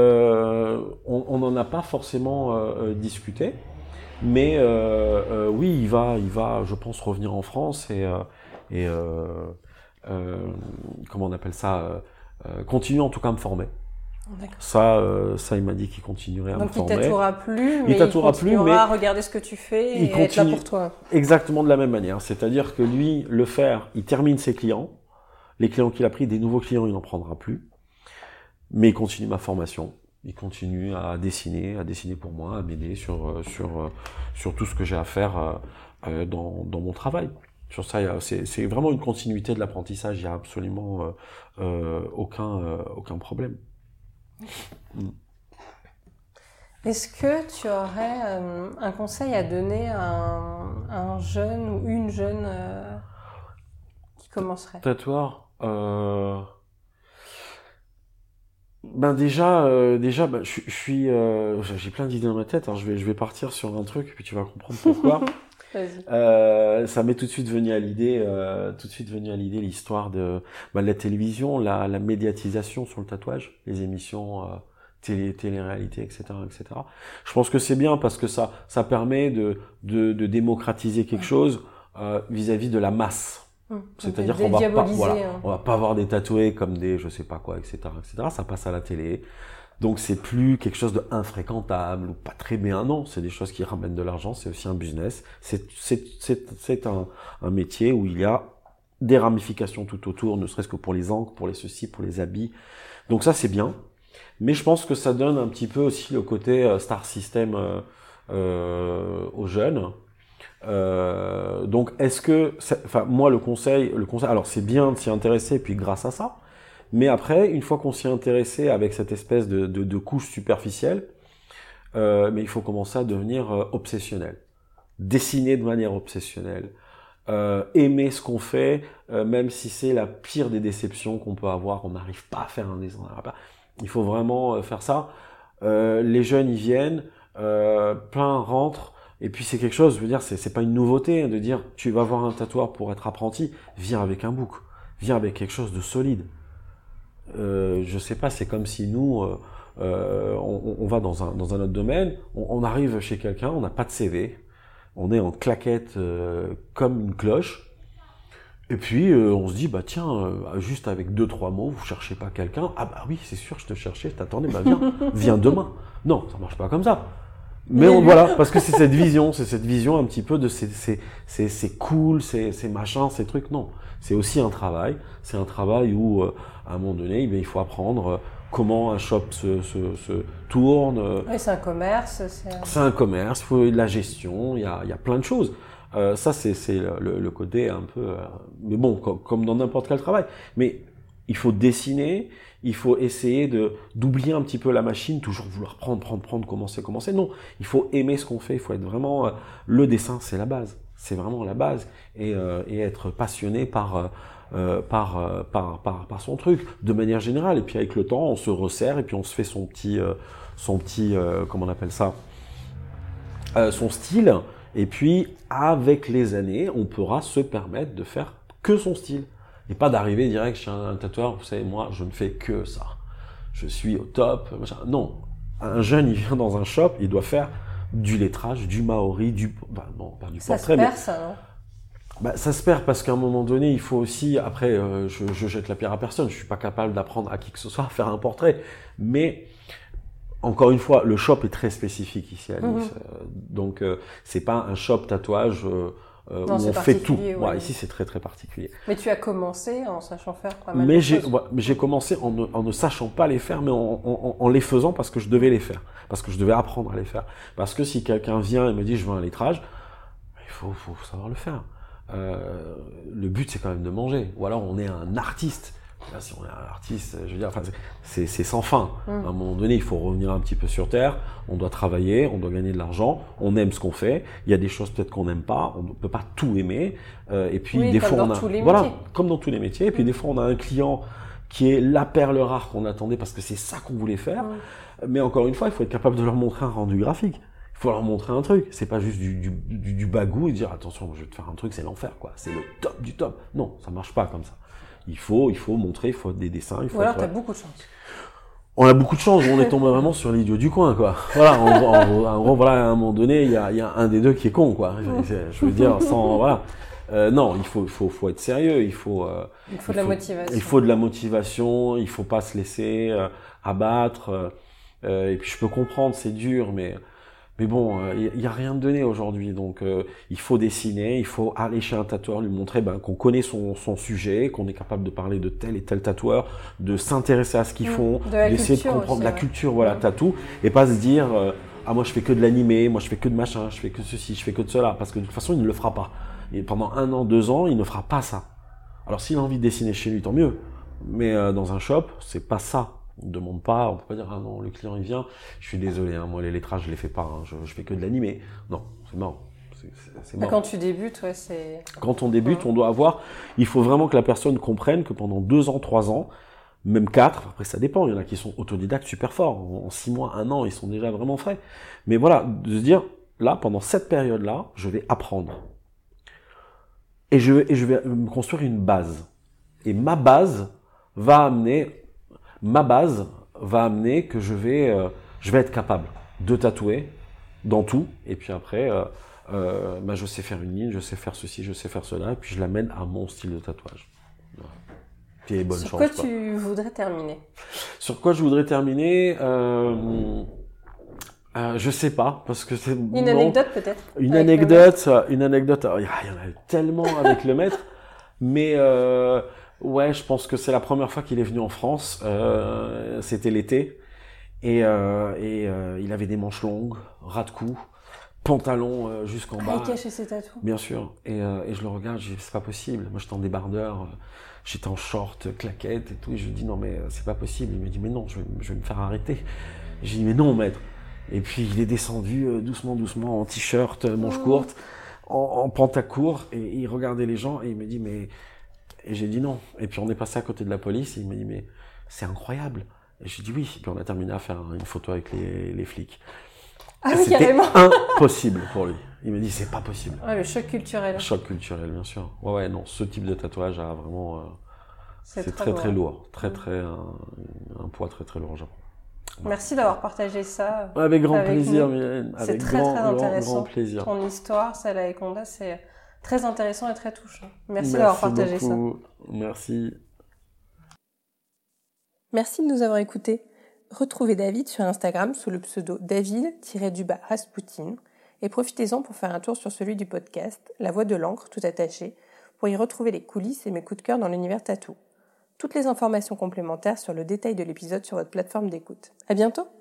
Speaker 2: euh, on n'en a pas forcément euh, discuté, mais euh, euh, oui, il va, il va, je pense, revenir en France et, euh, et euh, euh, comment on appelle ça, euh, continuer en tout cas à me former.
Speaker 1: D'accord.
Speaker 2: Ça, euh, ça, il m'a dit qu'il continuerait à
Speaker 1: Donc
Speaker 2: me former.
Speaker 1: Donc il tatouera plus, mais
Speaker 2: il, tatouera
Speaker 1: il continuera
Speaker 2: plus, mais
Speaker 1: à regarder ce que tu fais et
Speaker 2: il continue
Speaker 1: être là pour toi.
Speaker 2: Exactement de la même manière. C'est-à-dire que lui, le faire, il termine ses clients. Les clients qu'il a pris, des nouveaux clients, il n'en prendra plus. Mais il continue ma formation. Il continue à dessiner, à dessiner pour moi, à m'aider sur sur sur tout ce que j'ai à faire dans dans mon travail. Sur ça, c'est c'est vraiment une continuité de l'apprentissage. Il y a absolument euh, euh, aucun euh, aucun problème. Mm.
Speaker 1: Est-ce que tu aurais euh, un conseil à donner à un, à un jeune ou une jeune euh, qui commencerait ?
Speaker 2: Tatoueur euh... Ben déjà, euh, déjà, ben, je, je suis, euh, j'ai plein d'idées dans ma tête. Alors je vais, je vais partir sur un truc, puis tu vas comprendre pourquoi.
Speaker 1: Vas-y.
Speaker 2: Euh, ça m'est tout de suite venu à l'idée, euh, tout de suite venu à l'idée l'histoire de, ben, de la télévision, la, la médiatisation sur le tatouage, les émissions. Euh, télé, télé-réalité, et cetera, et cetera. Je pense que c'est bien parce que ça, ça permet de, de, de démocratiser quelque chose euh, vis-à-vis de la masse.
Speaker 1: Hum,
Speaker 2: C'est-à-dire qu'on va pas, voilà, hein. on va pas avoir des tatoués comme des, je sais pas quoi, et cetera, et cetera. Ça passe à la télé. Donc c'est plus quelque chose de infréquentable ou pas très bien. Non, c'est des choses qui ramènent de l'argent. C'est aussi un business. C'est, c'est, c'est, c'est un, un métier où il y a des ramifications tout autour, ne serait-ce que pour les encres, pour les ceci, pour les habits. Donc ça c'est bien. Mais je pense que ça donne un petit peu aussi le côté euh, star system euh, euh, aux jeunes. Euh, donc, est-ce que, enfin, moi, le conseil, le conseil, alors c'est bien de s'y intéresser, puis grâce à ça. Mais après, une fois qu'on s'y est intéressé avec cette espèce de, de, de couche superficielle, euh, mais il faut commencer à devenir euh, obsessionnel, dessiner de manière obsessionnelle, euh, aimer ce qu'on fait, euh, même si c'est la pire des déceptions qu'on peut avoir, on n'arrive pas à faire un dessin, on n'arrive pas. Il faut vraiment faire ça. Euh, les jeunes, ils viennent, euh, plein rentrent, et puis c'est quelque chose, je veux dire, c'est, c'est pas une nouveauté de dire, tu vas voir un tatoueur pour être apprenti, viens avec un book, viens avec quelque chose de solide. Euh, je sais pas, c'est comme si nous, euh, euh, on, on va dans un, dans un autre domaine, on, on arrive chez quelqu'un, on n'a pas de C V, on est en claquette euh, comme une cloche. Et puis, euh, on se dit, bah tiens, euh, juste avec deux, trois mots, vous cherchez pas quelqu'un. Ah bah oui, c'est sûr, je te cherchais, je t'attendais, bah viens, viens demain. Non, ça marche pas comme ça. Mais on, voilà, parce que c'est cette vision, c'est cette vision un petit peu de c'est, c'est, c'est, c'est cool, c'est, c'est machin, ces trucs. Non, c'est aussi un travail. C'est un travail où, euh, à un moment donné, eh bien, il faut apprendre euh, comment un shop se, se, se tourne. Euh,
Speaker 1: oui, c'est un commerce. C'est un,
Speaker 2: c'est un commerce, il faut de la gestion, il y a, il y a plein de choses. Euh, ça, c'est, c'est le, le côté un peu... Euh, mais bon, comme, comme dans n'importe quel travail. Mais il faut dessiner, il faut essayer de d'oublier un petit peu la machine, toujours vouloir prendre, prendre, prendre, commencer, commencer. Non, il faut aimer ce qu'on fait, il faut être vraiment... Euh, le dessin, c'est la base. C'est vraiment la base. Et, euh, et être passionné par, euh, par, euh, par, par, par son truc, de manière générale. Et puis avec le temps, on se resserre et puis on se fait son petit, euh, son petit, euh, comment on appelle ça, euh, son style. Et puis avec les années, on pourra se permettre de faire que son style. Et pas d'arriver direct chez un, un tatoueur, vous savez, moi, je ne fais que ça. Je suis au top. Machin. Non, un jeune, il vient dans un shop, il doit faire du lettrage, du maori, du... Bah, non, pas du
Speaker 1: ça
Speaker 2: portrait.
Speaker 1: Ça se perd,
Speaker 2: mais...
Speaker 1: ça, non
Speaker 2: bah, ça se perd parce qu'à un moment donné, il faut aussi... Après, euh, je, je jette la pierre à personne. Je suis pas capable d'apprendre à qui que ce soit à faire un portrait. Mais... Encore une fois, le shop est très spécifique ici à Nice. Mmh. Euh, donc, euh, c'est pas un shop tatouage... Euh, Euh,
Speaker 1: non,
Speaker 2: où on fait tout.
Speaker 1: Ouais,
Speaker 2: ouais,
Speaker 1: ouais.
Speaker 2: Ici, c'est très très particulier.
Speaker 1: Mais tu as commencé en sachant faire pas mal
Speaker 2: mais
Speaker 1: de
Speaker 2: j'ai,
Speaker 1: choses.
Speaker 2: ouais, mais j'ai commencé en ne, en ne sachant pas les faire, mais en, en, en les faisant parce que je devais les faire, parce que je devais apprendre à les faire. Parce que si quelqu'un vient et me dit je veux un lettrage, il faut, faut savoir le faire. Euh, le but, c'est quand même de manger. Ou alors on est un artiste. Là, si on est un artiste, je veux dire, enfin, c'est, c'est sans fin. Mmh. À un moment donné, il faut revenir un petit peu sur terre. On doit travailler, on doit gagner de l'argent. On aime ce qu'on fait. Il y a des choses peut-être qu'on n'aime pas. On ne peut pas tout aimer. Euh, et puis
Speaker 1: oui,
Speaker 2: des
Speaker 1: comme
Speaker 2: fois,
Speaker 1: dans
Speaker 2: on a,
Speaker 1: tous les
Speaker 2: voilà,
Speaker 1: métiers.
Speaker 2: comme dans tous les métiers. Et puis mmh. des fois, on a un client qui est la perle rare qu'on attendait parce que c'est ça qu'on voulait faire. Mmh. Mais encore une fois, il faut être capable de leur montrer un rendu graphique. Il faut leur montrer un truc. C'est pas juste du, du, du, du bagou et dire attention, je vais te faire un truc, c'est l'enfer, quoi. C'est le top du top. Non, ça marche pas comme ça. Il faut, il faut montrer, il faut des dessins. Il faut
Speaker 1: Ou alors,
Speaker 2: être...
Speaker 1: t'as beaucoup de chance.
Speaker 2: On a beaucoup de chance, on est tombé vraiment sur l'idiot du coin, quoi. Voilà, en, en, en gros, voilà, à un moment donné, il y a, il y a un des deux qui est con, quoi. Je, je veux dire, sans, voilà. Euh, non, il faut, il faut, faut être sérieux, il faut. Euh,
Speaker 1: il faut de la faut, motivation.
Speaker 2: Il faut de la motivation, il faut pas se laisser euh, abattre. Euh, et puis, je peux comprendre, c'est dur, mais. Mais bon, il euh, n'y a rien de donné aujourd'hui, donc euh, il faut dessiner, il faut aller chez un tatoueur, lui montrer ben, qu'on connaît son, son sujet, qu'on est capable de parler de tel et tel tatoueur, de s'intéresser à ce qu'ils font,
Speaker 1: de
Speaker 2: d'essayer de comprendre
Speaker 1: aussi,
Speaker 2: la
Speaker 1: ouais.
Speaker 2: culture, voilà,
Speaker 1: ouais.
Speaker 2: tatou, et pas se dire euh, ah moi je fais que de l'animé, moi je fais que de machin, je fais que ceci, je fais que de cela, parce que de toute façon il ne le fera pas. Et pendant un an, deux ans, il ne fera pas ça. Alors s'il a envie de dessiner chez lui, tant mieux, mais euh, dans un shop, c'est pas ça. On ne demande pas, on peut pas dire ah non le client il vient, je suis désolé, hein, moi les lettrages je les fais pas, hein, je, je fais que de l'animé. Non, c'est marrant. C'est, c'est, c'est marrant.
Speaker 1: Quand tu débutes, ouais, c'est.
Speaker 2: Quand on débute, ouais. on doit avoir, il faut vraiment que la personne comprenne que pendant deux ans, trois ans, même quatre, après ça dépend, il y en a qui sont autodidactes super forts, en six mois, un an, ils sont déjà vraiment frais. Mais voilà, de se dire là pendant cette période-là, je vais apprendre et je et je vais me construire une base. Et ma base va amener Ma base va amener que je vais, euh, je vais être capable de tatouer dans tout. Et puis après, euh, euh, bah je sais faire une ligne, je sais faire ceci, je sais faire cela. Et puis je l'amène à mon style de tatouage. Voilà. Puis bonne
Speaker 1: Sur
Speaker 2: chance.
Speaker 1: quoi
Speaker 2: quoi.
Speaker 1: tu voudrais terminer ?
Speaker 2: Sur quoi je voudrais terminer euh, euh, Je sais pas, parce que c'est...
Speaker 1: Une
Speaker 2: non,
Speaker 1: anecdote peut-être ?
Speaker 2: Une anecdote, une anecdote. Il y, y en a tellement avec le maître. Mais... Euh, Ouais, je pense que c'est la première fois qu'il est venu en France. Euh, c'était l'été. Et, euh, et euh, il avait des manches longues, ras de cou, pantalon euh, jusqu'en bas.
Speaker 1: Ah, il cachait ses tatous.
Speaker 2: Bien sûr. Et, euh, et je le regarde, je dis, c'est pas possible. Moi, j'étais en débardeur, euh, j'étais en short, claquette et tout. Et je lui dis, non, mais euh, c'est pas possible. Il me dit, mais non, je vais, je vais me faire arrêter. Et j'ai dit, mais non, maître. Et puis, il est descendu euh, doucement, doucement, en t-shirt, euh, manches mmh. courtes, en, en pantacourt. Et, et il regardait les gens et il me dit, mais... Et j'ai dit non. Et puis on est passé à côté de la police et il m'a dit mais c'est incroyable. Et j'ai dit oui. Et puis on a terminé à faire une photo avec les, les flics.
Speaker 1: Ah oui,
Speaker 2: C'était
Speaker 1: carrément.
Speaker 2: impossible pour lui. Il m'a dit c'est pas possible.
Speaker 1: Ouais, le choc culturel.
Speaker 2: Choc culturel, bien sûr. Ouais, ouais, non. Ce type de tatouage a vraiment, euh, c'est, c'est très, très, très lourd, très, très, un, un poids très, très lourd au Japon.
Speaker 1: Ouais. Merci d'avoir partagé ça.
Speaker 2: Avec grand
Speaker 1: avec
Speaker 2: plaisir,
Speaker 1: nous.
Speaker 2: Mylène.
Speaker 1: C'est
Speaker 2: avec
Speaker 1: très,
Speaker 2: grand,
Speaker 1: très intéressant.
Speaker 2: Grand, grand plaisir.
Speaker 1: Ton histoire, celle avec Honda, c'est très intéressant et très touchant. Merci, Merci
Speaker 2: d'avoir
Speaker 1: partagé
Speaker 2: beaucoup.
Speaker 1: ça.
Speaker 2: Merci.
Speaker 1: Merci de nous avoir écoutés. Retrouvez David sur Instagram sous le pseudo David-du-bas Rasputin et profitez-en pour faire un tour sur celui du podcast La Voix de l'encre tout attaché pour y retrouver les coulisses et mes coups de cœur dans l'univers tatou. Toutes les informations complémentaires sur le détail de l'épisode sur votre plateforme d'écoute. À bientôt!